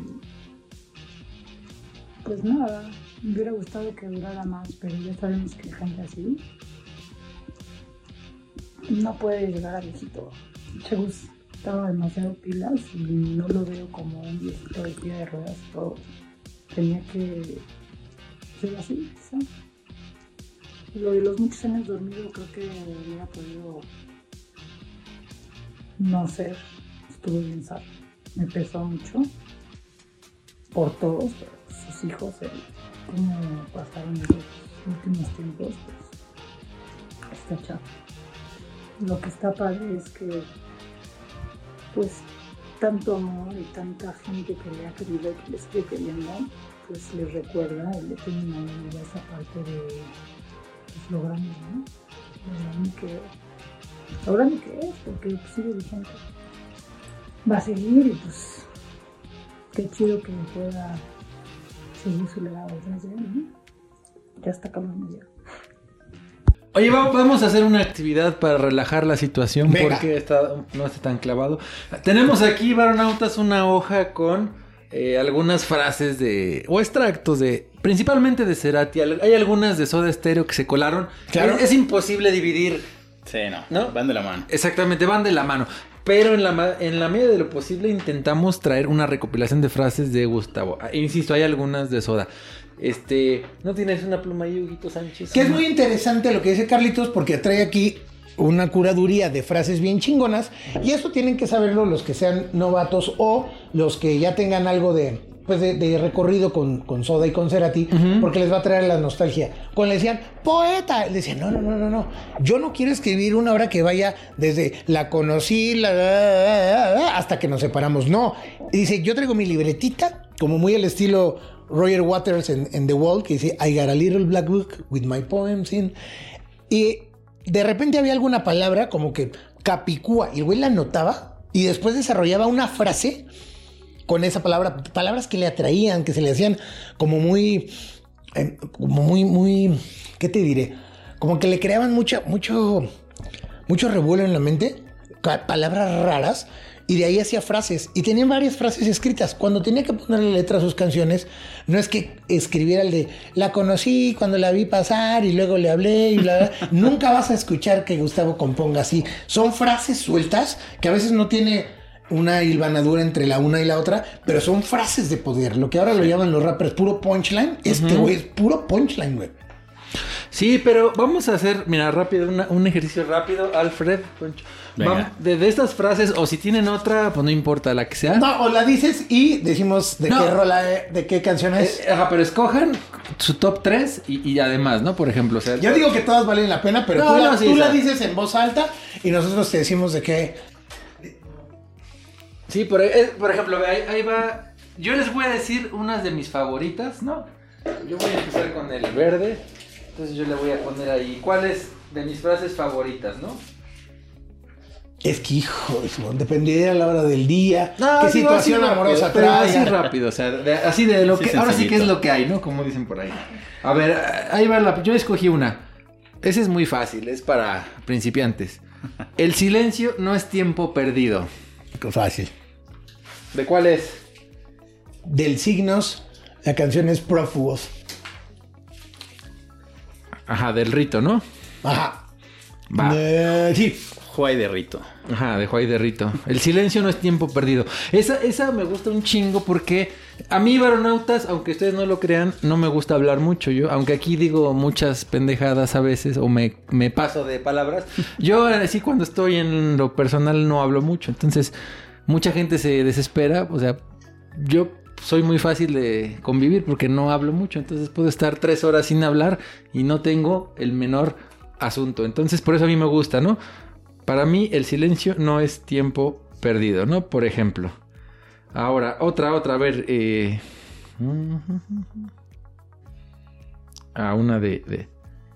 pues nada, me hubiera gustado que durara más, pero ya sabemos que gente así no puede llegar a viejito. Chegos estaba demasiado pilas y no lo veo como un viejito de silla de ruedas, todo tenía que ser así, ¿sabes? Lo de los muchos años dormido creo que hubiera podido no ser, estuvo bien sad, me pesó mucho por todos, pero sus hijos, cómo pasaron esos últimos tiempos, pues está chato. Lo que está padre es que pues tanto amor y tanta gente que le ha querido y que le sigue queriendo, pues les recuerda el de tener una vida, esa parte de pues, lo grande, ¿no? Lo grande que es, porque pues, sigue vigente. Va a seguir y pues qué chido que pueda seguir su legado detrás de él, ¿no? Ya está acabando ya. Oye, vamos a hacer una actividad para relajar la situación. Venga. Porque no está tan clavado. Tenemos aquí, Varonautas, una hoja con algunas frases o extractos principalmente de Cerati. Hay algunas de Soda Stereo que se colaron. Claro. Es imposible dividir. Sí, no, van de la mano. Exactamente, van de la mano. Pero en la medida de lo posible intentamos traer una recopilación de frases de Gustavo. Insisto, hay algunas de Soda. ¿No tienes una pluma ahí, Huguito Sánchez? Que es muy interesante lo que dice Carlitos, porque trae aquí una curaduría de frases bien chingonas, y esto tienen que saberlo los que sean novatos o los que ya tengan algo de recorrido con Soda y con Cerati, porque les va a traer la nostalgia. Cuando le decían poeta, le decían no, yo no quiero escribir una obra que vaya desde la conocí hasta que nos separamos, no. Y dice, yo traigo mi libretita, como muy al estilo Roger Waters en The Wall, que dice I got a little black book with my poems in. Y de repente había alguna palabra como que capicúa, y el güey la anotaba y después desarrollaba una frase con esa palabra, palabras que le atraían, que se le hacían como muy, ¿qué te diré? Como que le creaban mucho revuelo en la mente, palabras raras, y de ahí hacía frases, y tenía varias frases escritas. Cuando tenía que ponerle letra a sus canciones, no es que escribiera el de la conocí cuando la vi pasar y luego le hablé y bla, bla. Nunca vas a escuchar que Gustavo componga así. Son frases sueltas que a veces no tiene una hilvanadura entre la una y la otra, pero son frases de poder. Lo que ahora lo llaman los rappers puro punchline. Güey es puro punchline, güey. Sí, pero vamos a hacer, mira, rápido, un ejercicio rápido, Alfred. De estas frases, o si tienen otra, pues no importa, la que sea. No, o la dices y decimos qué rola, de qué canción es. Pero escojan su top 3 y además, ¿no? Por ejemplo, o sea, yo digo que todas valen la pena, pero tú la dices en voz alta y nosotros te decimos de qué. Sí, por ejemplo, ahí va. Yo les voy a decir unas de mis favoritas, ¿no? Yo voy a empezar con el verde. Entonces yo le voy a poner ahí. ¿Cuáles de mis frases favoritas, no? Es que, hijo, dependería a la hora del día. Qué situación amorosa trae. Así rápido, o sea, así de lo que. Ahora sí que es lo que hay, ¿no? Como dicen por ahí. A ver, ahí va yo escogí una. Esa es muy fácil, es para principiantes. El silencio no es tiempo perdido. Fácil. ¿De cuál es? Del Signos, la canción es Prófugos. Ajá, del Rito, ¿no? Ajá. Va. Sí. Juay de Rito. Ajá, de Juay de Rito. El silencio no es tiempo perdido. Esa me gusta un chingo porque a mí, varonautas, aunque ustedes no lo crean, no me gusta hablar mucho. Yo, aunque aquí digo muchas pendejadas a veces o me paso de palabras, yo así cuando estoy en lo personal no hablo mucho. Entonces, mucha gente se desespera. O sea, yo soy muy fácil de convivir porque no hablo mucho. Entonces puedo estar 3 horas sin hablar y no tengo el menor asunto. Entonces, por eso a mí me gusta, ¿no? Para mí el silencio no es tiempo perdido, ¿no? Por ejemplo. Ahora, otra, a ver. Una de...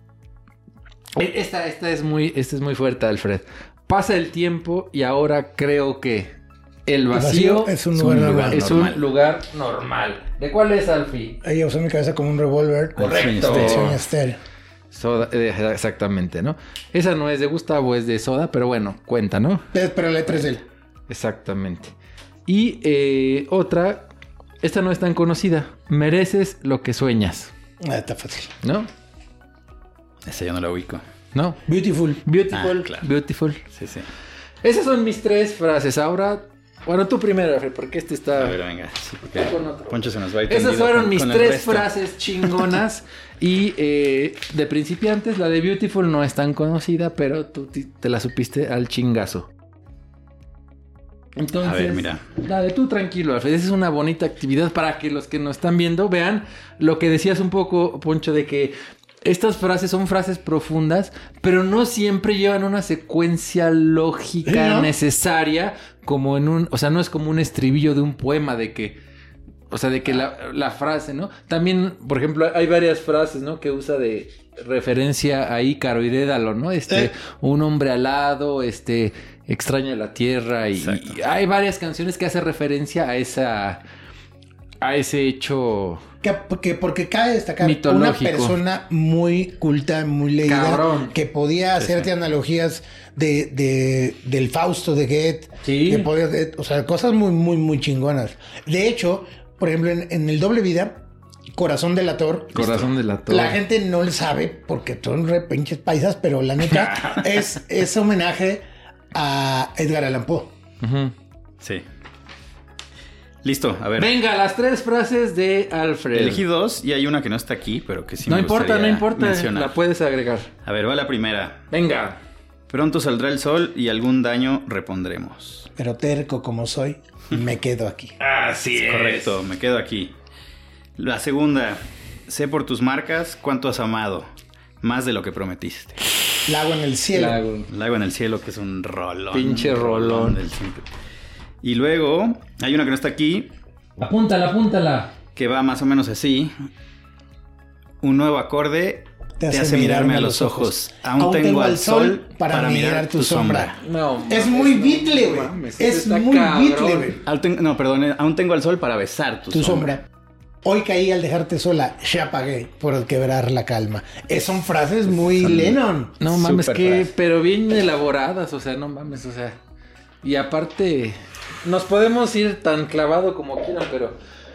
Esta es muy fuerte, Alfred. Pasa el tiempo y ahora creo que el vacío es un lugar normal. ¿De cuál es, Alfie? Ahí usó mi cabeza como un revólver. Correcto. Estéreo. Soda, exactamente, ¿no? Esa no es de Gustavo, es de Soda, pero bueno, cuenta, ¿no? Pero la letra es de él. Exactamente. Y otra, esta no es tan conocida. Mereces lo que sueñas. Está fácil. ¿No? Esa yo no la ubico. ¿No? Beautiful. Claro. Beautiful. Sí. Esas son mis 3 frases. Ahora, bueno, tú primero, Alfred, porque este está... A ver, venga. Sí, porque Poncho se nos va a ir. Esas fueron mis 3 frases chingonas. Y de principiantes, la de Beautiful no es tan conocida, pero tú te la supiste al chingazo. Entonces, a ver, mira. Dale, tú tranquilo, Alfred. Esa es una bonita actividad para que los que nos están viendo vean lo que decías un poco, Poncho, de que estas frases son frases profundas, pero no siempre llevan una secuencia lógica necesaria, como en un... O sea, no es como un estribillo de un poema de que... O sea, de que la frase, ¿no? También, por ejemplo, hay varias frases, ¿no? Que usa de referencia a Ícaro y Dédalo, ¿no? Un hombre alado, extraña la tierra y hay varias canciones que hacen referencia a ese hecho porque cabe destacar mitológico. Una persona muy culta, muy leída, cabrón, que podía hacerte analogías del Fausto de Goethe, sí, que podía, o sea, cosas muy, muy, muy chingonas. De hecho, por ejemplo, en el Doble Vida, Corazón delator. La gente no le sabe porque son re pinches paisas, pero la neta es homenaje a Edgar Allan Poe. Uh-huh. Sí. Listo, a ver. Venga, las 3 frases de Alfred. Elegí 2 y hay una que no está aquí, pero que sí no me importa, mencionar. La puedes agregar. A ver, va la primera. Venga. Pronto saldrá el sol y algún daño repondremos. Pero terco como soy, me quedo aquí. Así es. Correcto, me quedo aquí. La segunda, sé por tus marcas cuánto has amado, más de lo que prometiste. Lago en el cielo. Lago en el cielo, que es un rolón. Pinche rolón. Y luego, hay una que no está aquí. Apúntala. Que va más o menos así. Un nuevo acorde te hace mirarme a los ojos. Aún tengo al sol para mirar tu sombra. No, es muy Beatle, güey. Es muy Beatle, güey. No, perdón. Aún tengo al sol para besar tu sombra. Hoy caí al dejarte sola, ya apagué por quebrar la calma. Son frases muy Lennon. No mames, pero bien elaboradas, o sea, no mames, o sea. Y aparte, nos podemos ir tan clavado como quieran, pero...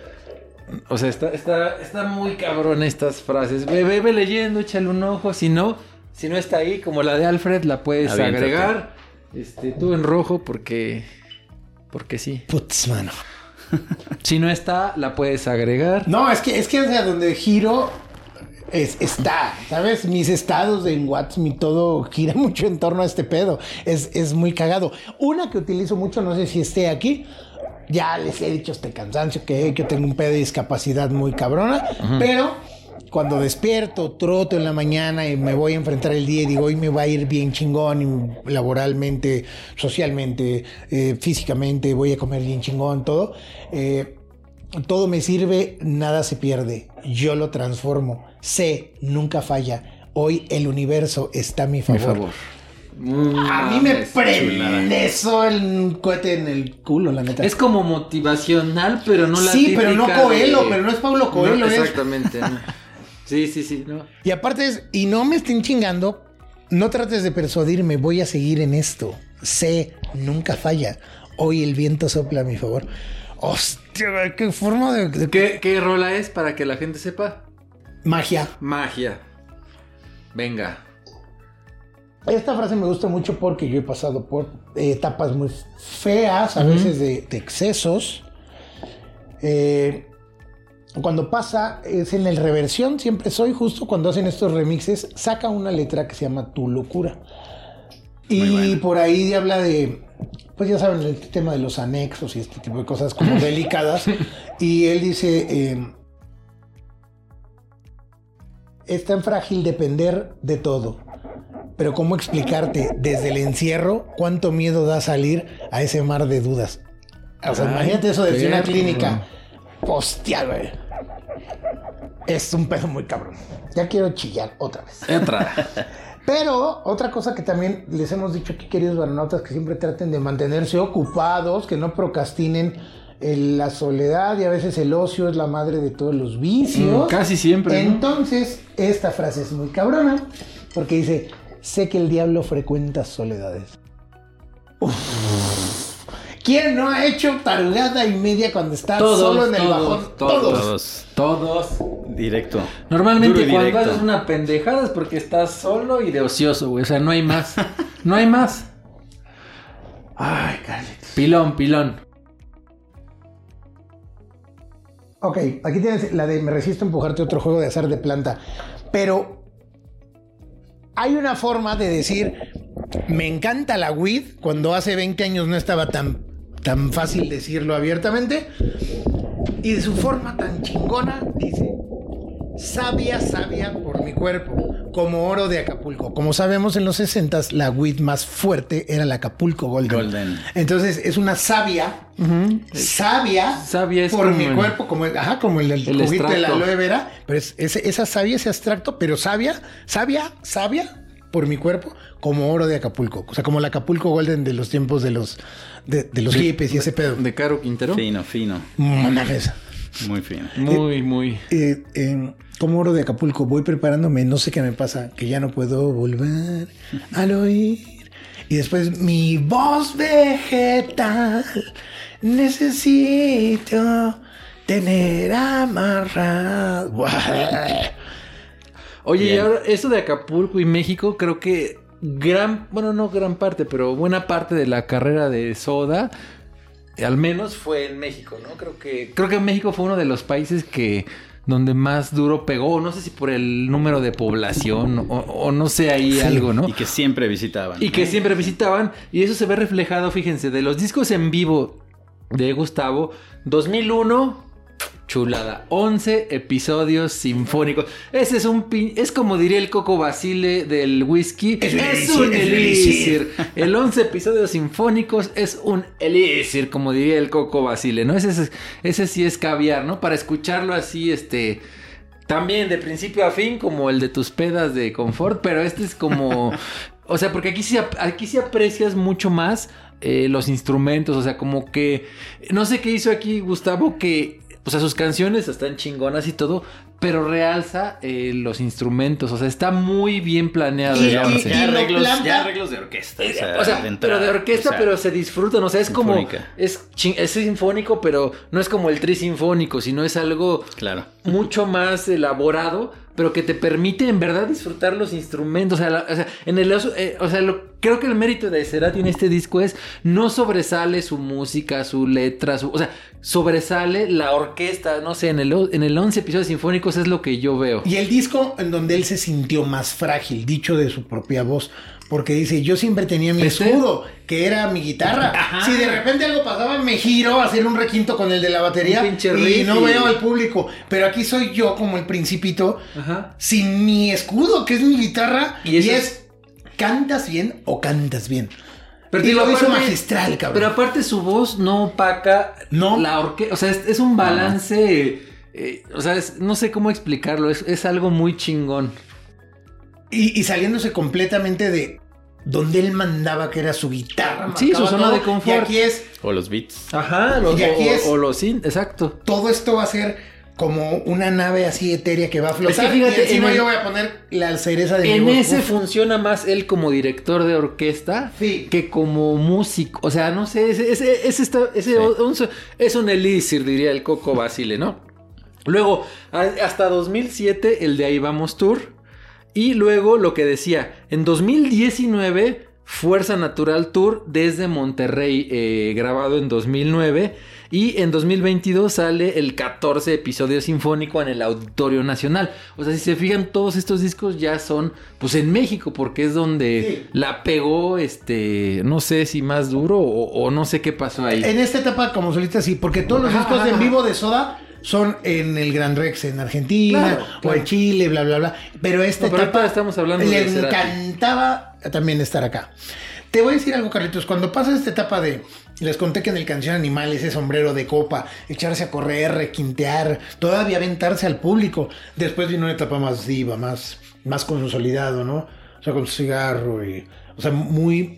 O sea, está muy cabrón estas frases. Ve leyendo, échale un ojo. Si no está ahí, como la de Alfred, la puedes agregar. Tú en rojo porque sí. Putz, mano. Si no está, la puedes agregar. No, es que o sea, donde giro está, ¿sabes? Mis estados en WhatsApp, mi todo gira mucho en torno a este pedo. Es muy cagado. Una que utilizo mucho, no sé si esté aquí. Ya les he dicho cansancio que yo tengo un pedo de discapacidad muy cabrona, pero cuando despierto, troto en la mañana y me voy a enfrentar el día y digo, hoy me va a ir bien chingón, laboralmente, socialmente, físicamente, voy a comer bien chingón, todo me sirve, nada se pierde, yo lo transformo, sé, nunca falla, hoy el universo está a mi favor. A mí me prende eso el cohete en el culo, la neta. Es como motivacional, pero no la sí, pero no Coelho, pero no es Paulo Coelho. No, exactamente. No. Sí, no. Y aparte y no me estén chingando, no trates de persuadirme, voy a seguir en esto. Sé, nunca falla. Hoy el viento sopla a mi favor. Hostia, qué forma de... ¿Qué rola es para que la gente sepa? Magia. Venga. Esta frase me gusta mucho porque yo he pasado por etapas muy feas, a veces de excesos. Cuando pasa, es en el reversión, siempre soy, justo cuando hacen estos remixes, saca una letra que se llama Tu Locura. Y por ahí habla de, pues ya saben, el tema de los anexos y este tipo de cosas como delicadas. Y él dice, es tan frágil depender de todo. Pero ¿cómo explicarte desde el encierro cuánto miedo da salir a ese mar de dudas? O sea, imagínate eso desde una clínica. Hostia, güey. Es un pedo muy cabrón. Ya quiero chillar otra vez. Pero otra cosa que también les hemos dicho aquí, queridos varonautas, que siempre traten de mantenerse ocupados, que no procrastinen. La soledad y a veces el ocio es la madre de todos los vicios. Casi siempre. Entonces, esta frase es muy cabrona, porque dice, sé que el diablo frecuenta soledades. ¿Quién no ha hecho tarugada y media cuando está solo en el bajón? Todos. Directo. Normalmente cuando haces una pendejada es porque estás solo y de ocioso, güey. O sea, no hay más. No hay más. Ay, Carlitos. Pilón. Ok, aquí tienes la de me resisto a empujarte otro juego de azar de planta. Pero hay una forma de decir, me encanta la weed, cuando hace 20 años no estaba tan fácil decirlo abiertamente. Y de su forma tan chingona, dice, sabia por mi cuerpo, como oro de Acapulco. Como sabemos, en los 60s, la weed más fuerte era la Acapulco Golden. Entonces, es una sabia es por mi cuerpo, como el juguito de la aloe vera. Pero esa savia, ese abstracto, pero sabia por mi cuerpo, como oro de Acapulco. O sea, como la Acapulco Golden de los tiempos de los hippies y ese pedo. De Caro Quintero. Fino. Manajeza. Muy fino. Muy. Como oro de Acapulco, voy preparándome, no sé qué me pasa, que ya no puedo volver al oír. Y después, mi voz vegetal, necesito tener amarrado. Oye, y ahora, eso de Acapulco y México, creo que no gran parte, pero buena parte de la carrera de Soda, al menos fue en México, ¿no? Creo que México fue uno de los países donde más duro pegó, no sé si por el número de población o no sé, ahí algo, ¿no? Y que siempre visitaban. Y eso se ve reflejado, fíjense, de los discos en vivo de Gustavo, 2001... chulada, 11 episodios sinfónicos. Ese es como diría el Coco Basile del whisky. Es un elixir. El 11 episodios sinfónicos es un elixir, como diría el Coco Basile, ¿no? Ese sí es caviar, ¿no? Para escucharlo así, también de principio a fin, como el de tus pedas de confort, pero este es como... O sea, porque aquí sí aprecias mucho más los instrumentos, o sea, como que... No sé qué hizo aquí Gustavo, que... O sea, sus canciones están chingonas y todo, pero realza los instrumentos. O sea, está muy bien planeado. Ya arreglos de orquesta. Pero de orquesta, pero se disfrutan. O sea, es sinfónica. Es sinfónico, pero no es como el trisinfónico, sino es algo mucho más elaborado, pero que te permite en verdad disfrutar los instrumentos. Creo que el mérito de Cerati en este disco es no sobresale su música, su letra, sobresale la orquesta. No sé, en el 11 episodios sinfónicos es lo que yo veo. Y el disco en donde él se sintió más frágil, dicho de su propia voz. Porque dice, yo siempre tenía mi escudo, que era mi guitarra. Ajá. Si de repente algo pasaba, me giro a hacer un requinto con el de la batería y no veo al público. Pero aquí soy yo como el principito, sin mi escudo, que es mi guitarra. Y es, ¿cantas bien o cantas bien? Pero y lo hizo magistral, cabrón. Pero aparte su voz no opaca la orquesta. O sea, es un balance... no sé cómo explicarlo. Es algo muy chingón. Y saliéndose completamente de donde él mandaba, que era su guitarra. Sí, su zona de confort. Y aquí es... O los beats. Ajá, o los synth, exacto. Todo esto va a ser como una nave así etérea que va a flotar. Es que fíjate, y encima yo voy a poner la cereza de mi voz. En ese funciona más él como director de orquesta que como músico. O sea, no sé, es un elixir, diría el Coco Basile, ¿no? Luego, hasta 2007, el de Ahí Vamos Tour. Y luego lo que decía, en 2019, Fuerza Natural Tour desde Monterrey, grabado en 2009. Y en 2022 sale el 14 episodio sinfónico en el Auditorio Nacional. O sea, si se fijan, todos estos discos ya son, pues, en México, porque es donde la pegó, no sé si más duro o no sé qué pasó ahí. En esta etapa como solista sí, porque todos los discos en vivo de Soda son en el Gran Rex en Argentina, o en Chile, bla, bla, bla. Pero esta etapa estamos hablando le encantaba también estar acá. Te voy a decir algo, Carlitos. Cuando pasa esta etapa de... Les conté que en el Canción Animal, ese sombrero de copa, echarse a correr, requintear, todavía aventarse al público. Después vino una etapa más diva, más consolidado, ¿no? O sea, con su cigarro y... O sea, muy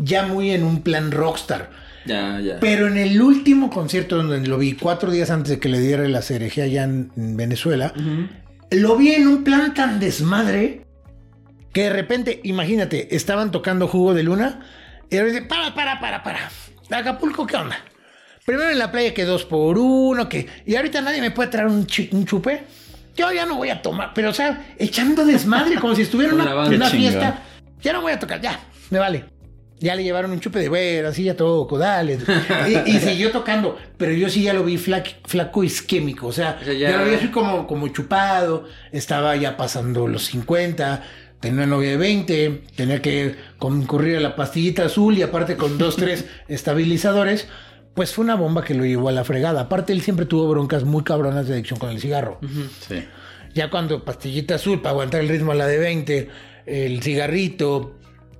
en un plan rockstar. Ya. Pero en el último concierto donde lo vi 4 días antes de que le diera la CRG allá en Venezuela, lo vi en un plan tan desmadre que de repente, imagínate, estaban tocando Jugo de Luna y de repente, para. Acapulco, ¿qué onda? Primero en la playa que 2 por 1, que... Y ahorita nadie me puede traer un chupe. Yo ya no voy a tomar, pero o sea, echando desmadre como si estuviera en una fiesta. Ya no voy a tocar, ya, me vale. Ya le llevaron un chupe de bueno, así ya toco, dale. Y siguió tocando, pero yo sí ya lo vi flaco isquémico, o sea ya lo vi así como chupado, estaba ya pasando los 50, tenía una novia de 20, tenía que concurrir a la pastillita azul y aparte con 2-3 estabilizadores, pues fue una bomba que lo llevó a la fregada. Aparte él siempre tuvo broncas muy cabronas de adicción con el cigarro. Sí. Ya cuando pastillita azul para aguantar el ritmo a la de 20, el cigarrito...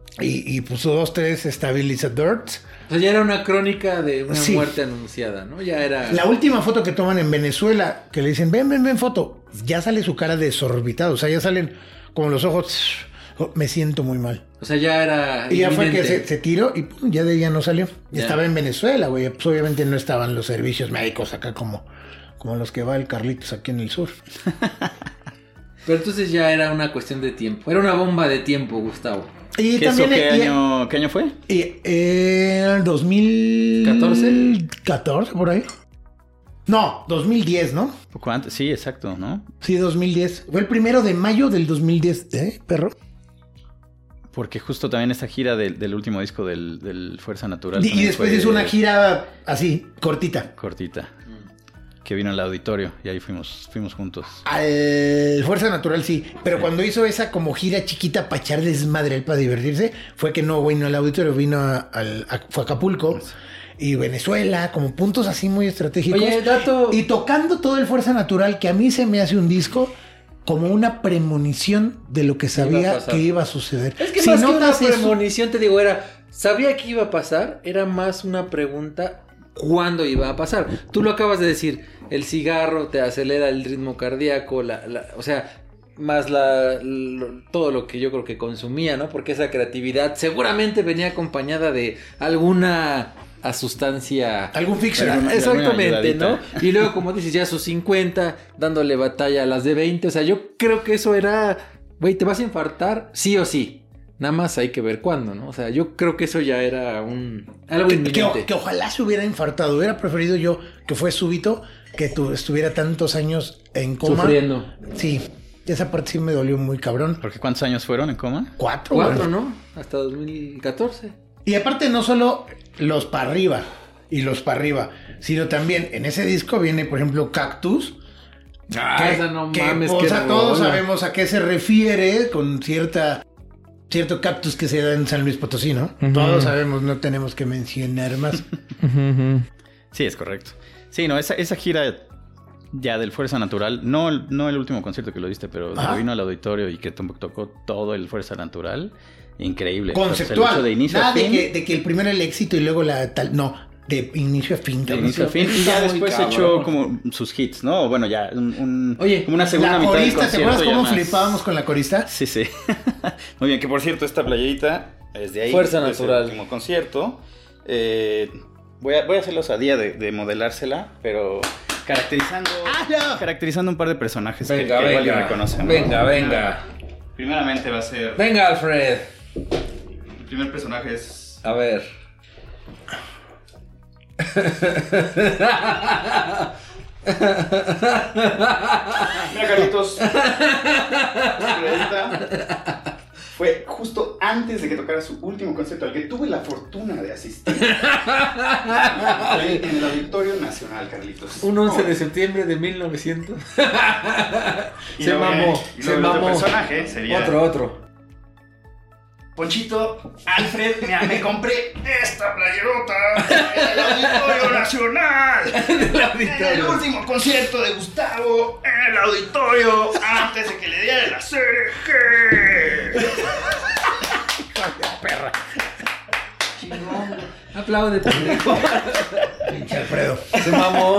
Y puso 2-3 estabilizadores. O sea, ya era una crónica de una muerte anunciada, ¿no? Ya era... La última foto que toman en Venezuela, que le dicen, ven, foto. Ya sale su cara desorbitada. O sea, ya salen como los ojos... me siento muy mal. O sea, ya era... Y ya fue que se tiró y pum, ya de ella no salió. Ya. Estaba en Venezuela, güey. Pues obviamente no estaban los servicios médicos acá como los que va el Carlitos aquí en el sur. Pero entonces ya era una cuestión de tiempo. Era una bomba de tiempo, Gustavo. Y también, ¿Qué año fue? El 2014. 14 por ahí. No, 2010, ¿no? Poco antes, sí, exacto, ¿no? Sí, 2010. Fue el 1 de mayo del 2010, perro. Porque justo también esta gira del último disco del Fuerza Natural. Y después hizo una gira así, cortita. Que vino al auditorio y ahí fuimos juntos. Al Fuerza Natural sí, pero cuando hizo esa como gira chiquita para echar desmadre, para divertirse, fue que no vino al auditorio, fue a Acapulco y Venezuela, como puntos así muy estratégicos. Oye, y tocando todo el Fuerza Natural, que a mí se me hace un disco como una premonición de lo que sabía que iba a suceder. Es que si más que una premonición, te digo, sabía que iba a pasar, era más una pregunta... ¿Cuándo iba a pasar? Tú lo acabas de decir, el cigarro te acelera el ritmo cardíaco, o sea, más todo lo que yo creo que consumía, ¿no? Porque esa creatividad seguramente venía acompañada de alguna sustancia... Algún fixer. Exactamente, ¿no? Y luego, como dices, ya sus 50, dándole batalla a las de 20, o sea, yo creo que eso era, güey, te vas a infartar sí o sí. Nada más hay que ver cuándo, ¿no? O sea, yo creo que eso ya era algo inminente. Que ojalá se hubiera infartado. Hubiera preferido yo que fue súbito, que estuviera tantos años en coma. Sufriendo. Sí, esa parte sí me dolió muy cabrón. ¿Porque cuántos años fueron en coma? 4, ¿no? Hasta 2014. Y aparte no solo los para arriba, sino también en ese disco viene, por ejemplo, Cactus. Esa no mames. O sea, todos sabemos a qué se refiere con cierto cactus que se da en San Luis Potosí, ¿no? Uh-huh. Todos sabemos, no tenemos que mencionar más. Sí, es correcto. Sí, no, esa gira ya del Fuerza Natural, no el último concierto que lo diste, pero vino al auditorio y que tocó todo el Fuerza Natural, increíble. Conceptual. O sea, de inicio a fin. De que el primero el éxito y luego de inicio a fin. De inicio a fin. Y ya después echó como sus hits, ¿no? Bueno, ya Oye, como una segunda mitad del concierto. ¿Te acuerdas cómo flipábamos con la corista? Sí. Muy bien, que por cierto, esta playerita es de ahí. Fuerza Natural. El último concierto. Voy a hacer la osadía de modelársela, pero caracterizando un par de personajes que igual ya me conocen, ¿no? Venga. Primeramente va a ser... Venga, Alfred. El primer personaje es... A ver... Mira, Carlitos. antes de que tocara su último concierto, al que tuve la fortuna de asistir. En el Auditorio Nacional, Carlitos. Un 11 de septiembre de 1900. Se mamó. El otro personaje sería... Otro. Ponchito, Alfred, mira, me compré esta playerota en el Auditorio Nacional. En el último concierto de Gustavo en el auditorio antes de que le diera la CRG. Perra. Chingón. Aplaude, pendejo. Pinche Alfredo. Se mamó.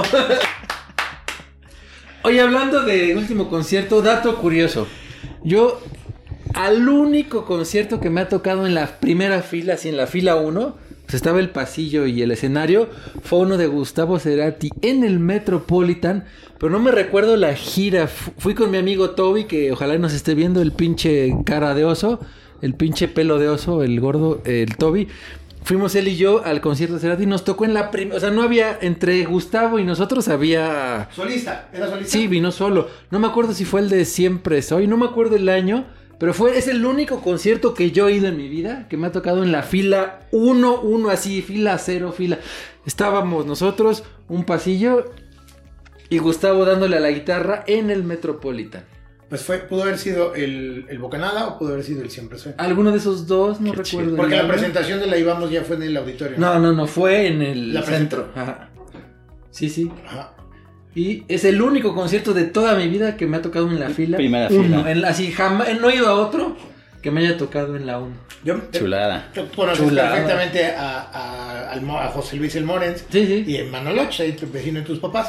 Oye, hablando de último concierto, dato curioso. Yo, al único concierto que me ha tocado en la primera fila, así en la fila 1, pues estaba el pasillo y el escenario, fue uno de Gustavo Cerati en el Metropolitan, pero no me recuerdo la gira. Fui con mi amigo Toby, que ojalá nos esté viendo, el pinche cara de oso, el pinche pelo de oso, el gordo, el Toby. Fuimos él y yo al concierto de Cerati y nos tocó en la primera... O sea, no había... Entre Gustavo y nosotros había... ¿Solista? ¿Era solista? Sí, vino solo. No me acuerdo si fue el de Siempre Soy. No me acuerdo el año. Pero es el único concierto que yo he ido en mi vida. Que me ha tocado en la fila 1, así, fila 0, fila... Estábamos nosotros, un pasillo... Y Gustavo dándole a la guitarra en el Metropolitan. Pues pudo haber sido el Bocanada o pudo haber sido el Siempre Soy. Alguno de esos dos, no recuerdo. Porque la presentación de la íbamos ya fue en el auditorio. No, fue en el centro. Ajá. Sí. Ajá. Y es el único concierto de toda mi vida que me ha tocado en la fila. Primera fila. Así jamás, no he ido a otro que me haya tocado en la 1. Chulada. Tú conoces perfectamente a José Luis El Morens. Sí. Y en Manoloch, ahí tu vecino de tus papás.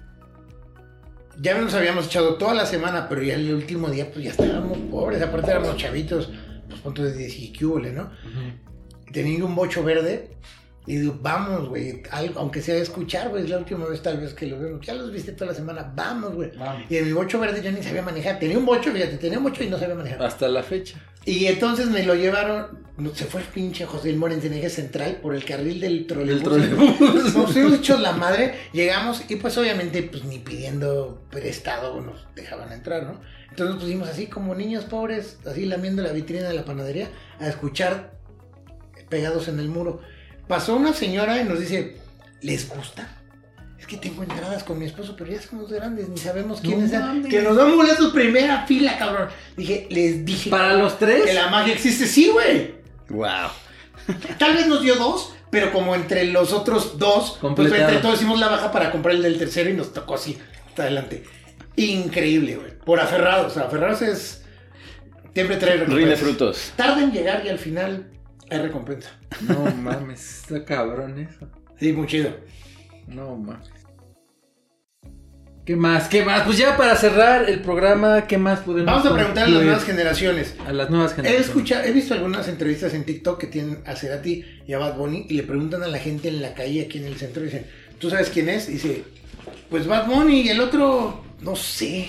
Ya nos habíamos echado toda la semana, pero ya el último día pues ya estábamos pobres, aparte éramos chavitos, pues puntos de 10 y cúbole, ¿no? Uh-huh. Tenía un bocho verde y digo, vamos, güey, aunque sea escuchar, güey, es la última vez tal vez que los vemos, ya los viste toda la semana, vamos, güey. Y en mi bocho verde yo ni sabía manejar, tenía un bocho y no sabía manejar. Hasta la fecha. Y entonces me lo llevaron, se fue el pinche José El Morens en eje central por el carril del trolebús. Nos fuimos hechos la madre, llegamos y pues obviamente pues ni pidiendo prestado nos dejaban entrar, ¿no? Entonces nos pusimos así como niños pobres, así lamiendo la vitrina de la panadería, a escuchar pegados en el muro. Pasó una señora y nos dice, ¿les gusta? Es que tengo entradas con mi esposo, pero ya somos grandes, ni sabemos quiénes son. Que nos damos boletos primera fila, cabrón. Les dije. ¿Para los tres? Que la magia existe, sí, güey. Wow. Tal vez nos dio 2, pero como entre los otros 2, pues entre todos hicimos la baja para comprar el del tercero y nos tocó así, hasta adelante. Increíble, güey. Por aferrados. O sea, aferrados es... Siempre trae recompensas. Rinde frutos. Tarda en llegar y al final hay recompensa. No mames, está cabrón eso. Sí, muy chido. No mames. ¿Qué más? Pues ya para cerrar el programa, ¿qué más podemos? Vamos a preguntar a las nuevas generaciones. A las nuevas generaciones. He visto algunas entrevistas en TikTok que tienen a Cerati y a Bad Bunny y le preguntan a la gente en la calle aquí en el centro y dicen, ¿tú sabes quién es? Y dice, pues Bad Bunny y el otro, no sé.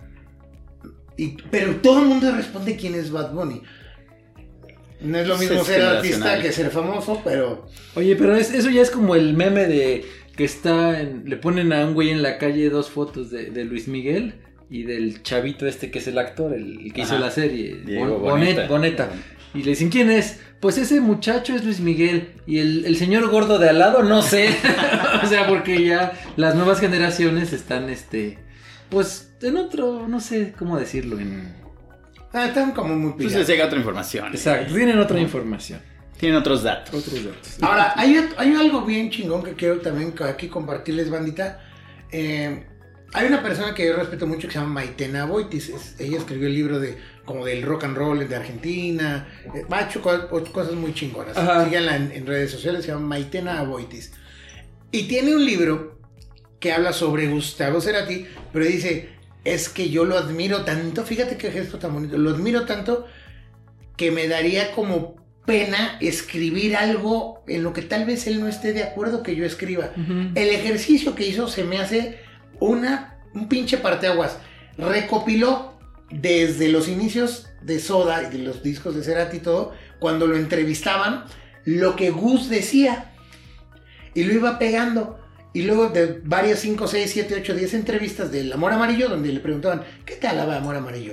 Pero todo el mundo responde quién es Bad Bunny. No es lo mismo ser artista que ser famoso, pero... Oye, pero eso ya es como el meme de... Que le ponen a un güey en la calle 2 fotos de Luis Miguel y del chavito que es el actor, el que hizo la serie, Boneta. Y le dicen, ¿quién es? Pues ese muchacho es Luis Miguel. Y el señor gordo de al lado, no sé. O sea, porque ya las nuevas generaciones están, pues en otro, no sé cómo decirlo. Están como muy pillados. Pues les llega otra información. Exacto, tienen otra información. Tienen otros datos. Ahora, hay algo bien chingón que quiero también aquí compartirles, bandita. Hay una persona que yo respeto mucho que se llama Maitena Boitis. Ella escribió el libro como del rock and roll de Argentina. Ha hecho cosas muy chingonas. Síganla en redes sociales, se llama Maitena Boitis. Y tiene un libro que habla sobre Gustavo Cerati, pero dice, es que yo lo admiro tanto, fíjate qué gesto tan bonito, lo admiro tanto que me daría como pena escribir algo en lo que tal vez él no esté de acuerdo que yo escriba. Uh-huh. El ejercicio que hizo se me hace un pinche parteaguas. Recopiló desde los inicios de Soda y de los discos de Cerati y todo, cuando lo entrevistaban, lo que Gus decía y lo iba pegando. Y luego de varias 5, 6, 7, 8, 10 entrevistas del Amor Amarillo, donde le preguntaban, ¿qué tal Amor Amarillo?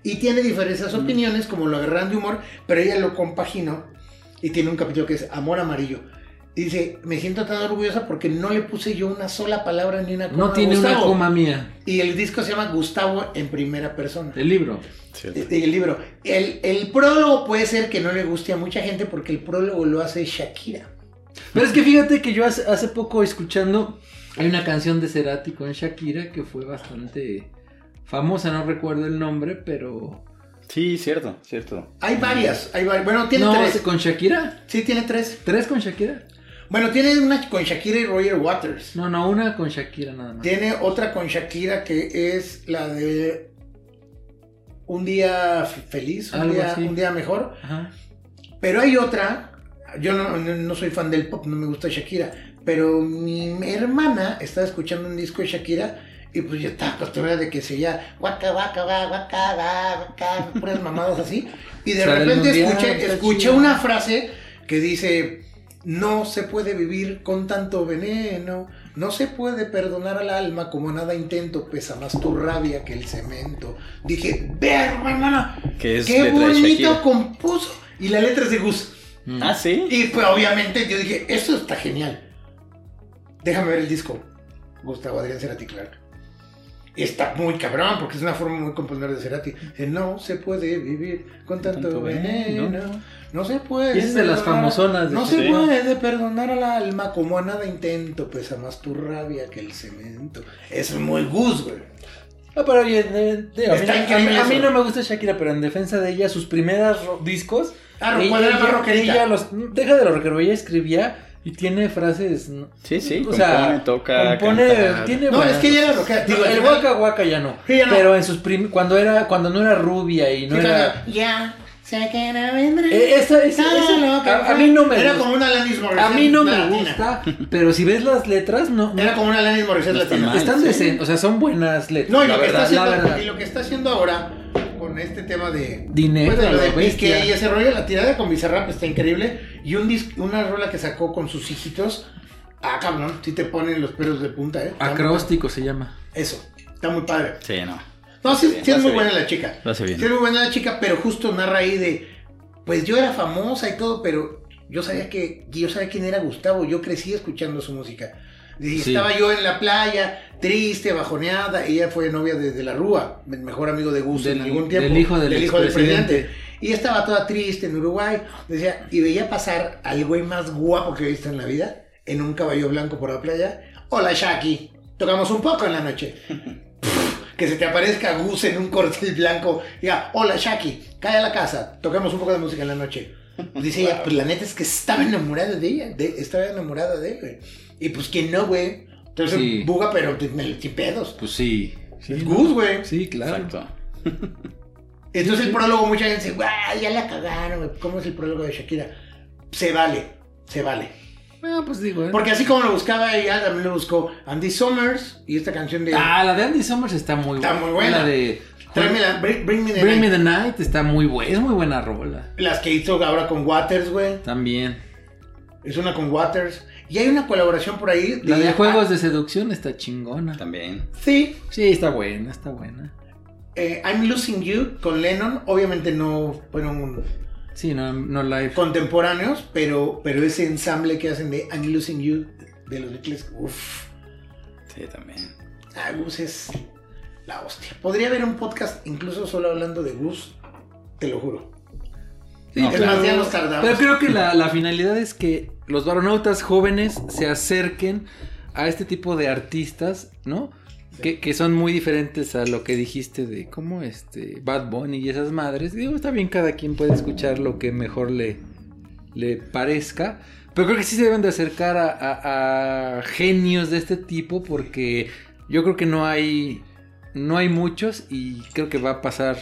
Y tiene diferentes opiniones, como lo agarran de humor, pero ella lo compaginó y tiene un capítulo que es Amor Amarillo. Y dice, me siento tan orgullosa porque no le puse yo una sola palabra ni una coma. No tiene Gustavo. Una coma mía. Y el disco se llama Gustavo en primera persona. El libro. El libro. El prólogo puede ser que no le guste a mucha gente porque el prólogo lo hace Shakira. Pero es que fíjate que yo hace poco escuchando, hay una canción de Cerati con Shakira que fue bastante famosa, no recuerdo el nombre, pero... Sí, cierto. Hay varias. Bueno, tiene 3. ¿Con Shakira? Sí, tiene 3. ¿3 con Shakira? Bueno, tiene una con Shakira y Roger Waters. No, una con Shakira nada más. Tiene otra con Shakira que es la de Un día feliz, un día mejor. Ajá. Pero hay otra, yo no soy fan del pop, no me gusta Shakira, pero mi hermana estaba escuchando un disco de Shakira y pues yo estaba acostumbrada de que se ya guaca, puras mamadas así. Y de repente escuché una frase que dice... No se puede vivir con tanto veneno, no se puede perdonar al alma como nada intento, pesa más tu rabia que el cemento. Dije, vea hermana, qué bonito compuso. Y la letra es de Gus. Ah, ¿sí? Y pues obviamente yo dije, eso está genial. Déjame ver el disco. Gustavo Adrián Cerati Clark. Está muy cabrón, porque es una forma muy componer de Cerati. No se puede vivir con tanto veneno. No se puede. Y es de las famosonas. No se puede perdonar al alma como a nada intento. Pesa más tu rabia que el cemento. Es muy Gus, güey. No, pero oye, a mí no me gusta Shakira, pero en defensa de ella, sus primeros discos. Cuando era más rockerita. Deja de lo rockero, ella escribía. Y tiene frases... Sí, o sea, toca, tiene no, es que ella era rockera. El Waka ya no. Sí, ya no. Pero en sus cuando no era rubia y no era... Ya, sé que no vendrá. A mí no me era gusta. Como una Alanis Morissette. A mí no me gusta, pero si ves las letras, no. Era como una Alanis Morissette latina. Están decentes, o sea, son buenas letras. No, y lo que está haciendo ahora... con este tema de dinero, pues, de Piqué y ese rollo, la tirada con Bizarrap está increíble. Y una rola que sacó con sus hijitos. Cabrón, sí te ponen los pelos de punta, Acróstico se llama. Eso, está muy padre. Sí, no. No, sí es muy buena la chica. Lo hace bien. Sí es muy buena la chica, pero justo narra ahí de, pues yo era famosa y todo, pero yo sabía quién era Gustavo, yo crecí escuchando su música. Y estaba yo en la playa, triste, bajoneada. Ella fue novia de la Rúa, el mejor amigo de Gus en algún tiempo. Del hijo del presidente. Y estaba toda triste en Uruguay. Decía, y veía pasar al güey más guapo que he visto en la vida, en un caballo blanco por la playa. Hola, Shaki, tocamos un poco en la noche. Que se te aparezca Gus en un corcel blanco. Diga, hola, Shaki, cae a la casa, tocamos un poco de música en la noche. Dice ella, pues la neta es que estaba enamorada de ella, estaba enamorada de él, güey. Y pues que no, güey. Entonces buga, pero sin pedos. Pues sí. Es Gus, güey. Sí, claro. Exacto. Entonces el prólogo, mucha gente dice, ¡guau! Ya la cagaron, güey. ¿Cómo es el prólogo de Shakira? Se vale. No, pues digo, Porque así como lo buscaba ella, también lo buscó Andy Summers. Y esta canción de... la de Andy Summers está muy buena. Está muy buena. La de... Bring Me the Night está muy buena. Es muy buena rola. Las que hizo ahora con Waters, güey. También. Es una con Waters. Y hay una colaboración por ahí. La de Juegos de Seducción está chingona. También. Sí. Sí, está buena. I'm Losing You con Lennon. Obviamente no fueron... Sí, no live. Contemporáneos, pero ese ensamble que hacen de I'm Losing You de los Beatles, uff. Sí, también. Gus es la hostia. Podría haber un podcast incluso solo hablando de Gus, te lo juro. Sí, no, es más, ya nos tardamos. Pero creo que la finalidad es que los varonautas jóvenes se acerquen a este tipo de artistas, ¿no? Sí. Que son muy diferentes a lo que dijiste de cómo Bad Bunny y esas madres. Digo, está bien, cada quien puede escuchar lo que mejor le parezca. Pero creo que sí se deben de acercar a genios de este tipo, porque yo creo que no hay muchos, y creo que va a pasar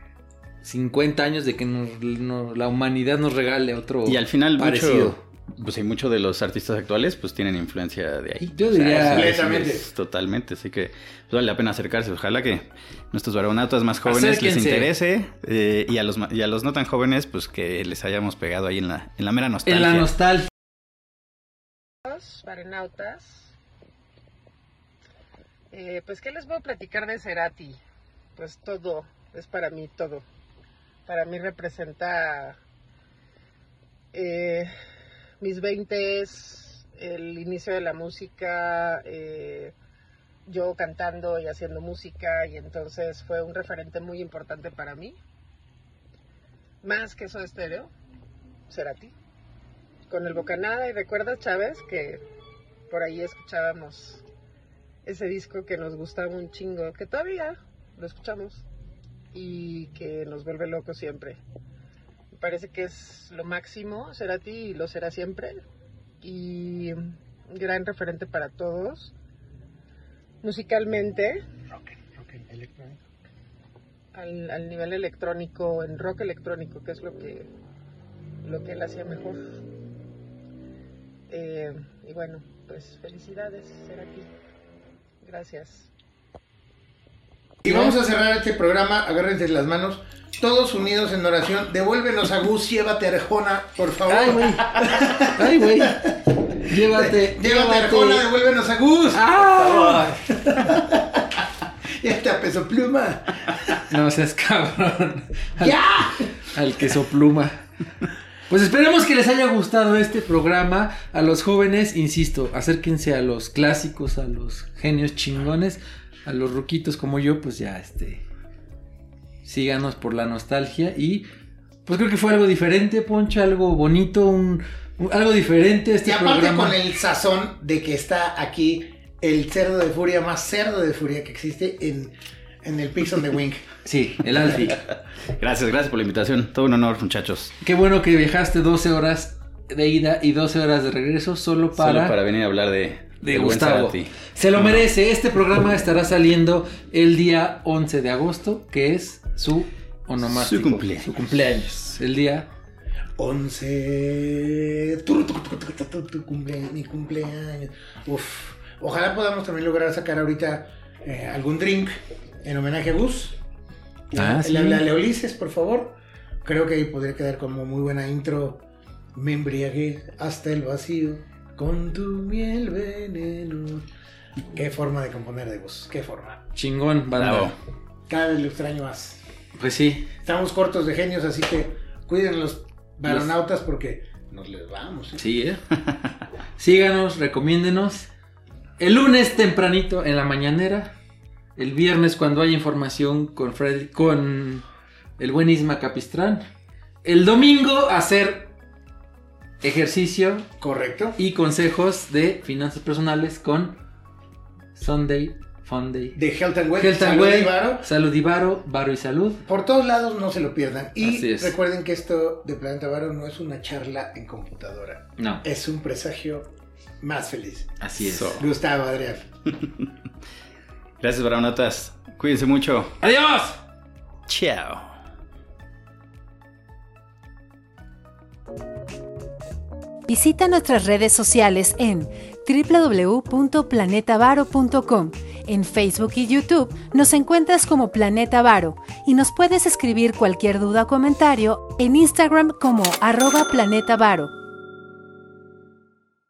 50 años de que la humanidad nos regale otro y al final parecido. Muchos de los artistas actuales pues tienen influencia de ahí. Yo diría completamente. Totalmente, así que pues, vale la pena acercarse. Ojalá que nuestros varonautas más jóvenes acérquense. Les interese, y a los no tan jóvenes pues que les hayamos pegado ahí en la mera nostalgia. En la nostalgia. Varonautas, pues qué les voy a platicar de Cerati. Pues todo es para mí todo. Para mí representa mis 20s, el inicio de la música, yo cantando y haciendo música, y entonces fue un referente muy importante para mí. Más que Soda Stereo, Cerati, con el Bocanada. Y recuerdas, Chávez, que por ahí escuchábamos ese disco que nos gustaba un chingo, que todavía lo escuchamos y que nos vuelve locos siempre. Me parece que es lo máximo, Cerati, y lo será siempre, y un gran referente para todos musicalmente, rock electrónico, al nivel electrónico, en rock electrónico, que es lo que él hacía mejor. Y bueno, pues felicidades, Cerati. Gracias. Y vamos a cerrar este programa, agárrense las manos, todos unidos en oración. Devuélvenos a Gus, llévate a Arjona, por favor. Ay, güey. Llévate a Arjona, devuélvenos a Gus. ¡Ah! Por favor. Ya está Peso Pluma. No seas cabrón. ¡Ya! Al Queso Pluma. Pues esperemos que les haya gustado este programa. A los jóvenes, insisto, acérquense a los clásicos, a los genios chingones. A los ruquitos como yo, pues ya síganos por la nostalgia. Y pues creo que fue algo diferente, Poncho, algo bonito, algo diferente este programa. Y aparte con el sazón de que está aquí el cerdo de furia, más cerdo de furia que existe en el Pigs on the Wing. Sí, el Alfie. Gracias por la invitación. Todo un honor, muchachos. Qué bueno que viajaste 12 horas de ida y 12 horas de regreso solo para venir a hablar de Gustavo. Se lo merece. Este programa estará saliendo el día 11 de agosto, que es su onomástico. Su cumpleaños. El día 11. Mi cumpleaños. Uf. Ojalá podamos también lograr sacar ahorita algún drink en homenaje a Gus. Sí. Le hablé a Ulises, por favor. Creo que ahí podría quedar como muy buena intro. Me embriagué hasta el vacío con tu miel veneno. Qué forma de componer de Gus. Qué forma. Chingón, banda. Bravo. Cada vez lo extraño más. Pues sí. Estamos cortos de genios, así que cuiden los varonautas porque nos les vamos. Sí, Síganos, recomiéndenos. El lunes tempranito en la mañanera. El viernes cuando haya información con el buen Isma Capistrán. El domingo hacer ejercicio. Correcto. Y consejos de finanzas personales con Sunday Funday. De Health and Well. Salud y Varo. Varo y salud. Por todos lados no se lo pierdan. Y recuerden que esto de Planeta Varo no es una charla en computadora. No. Es un presagio más feliz. Así es. Gustavo, Adrián. Gracias, varonotas. Cuídense mucho. ¡Adiós! Chao. Visita nuestras redes sociales en www.planetavaro.com. En Facebook y YouTube nos encuentras como Planeta Varo y nos puedes escribir cualquier duda o comentario en Instagram como @planetavaro.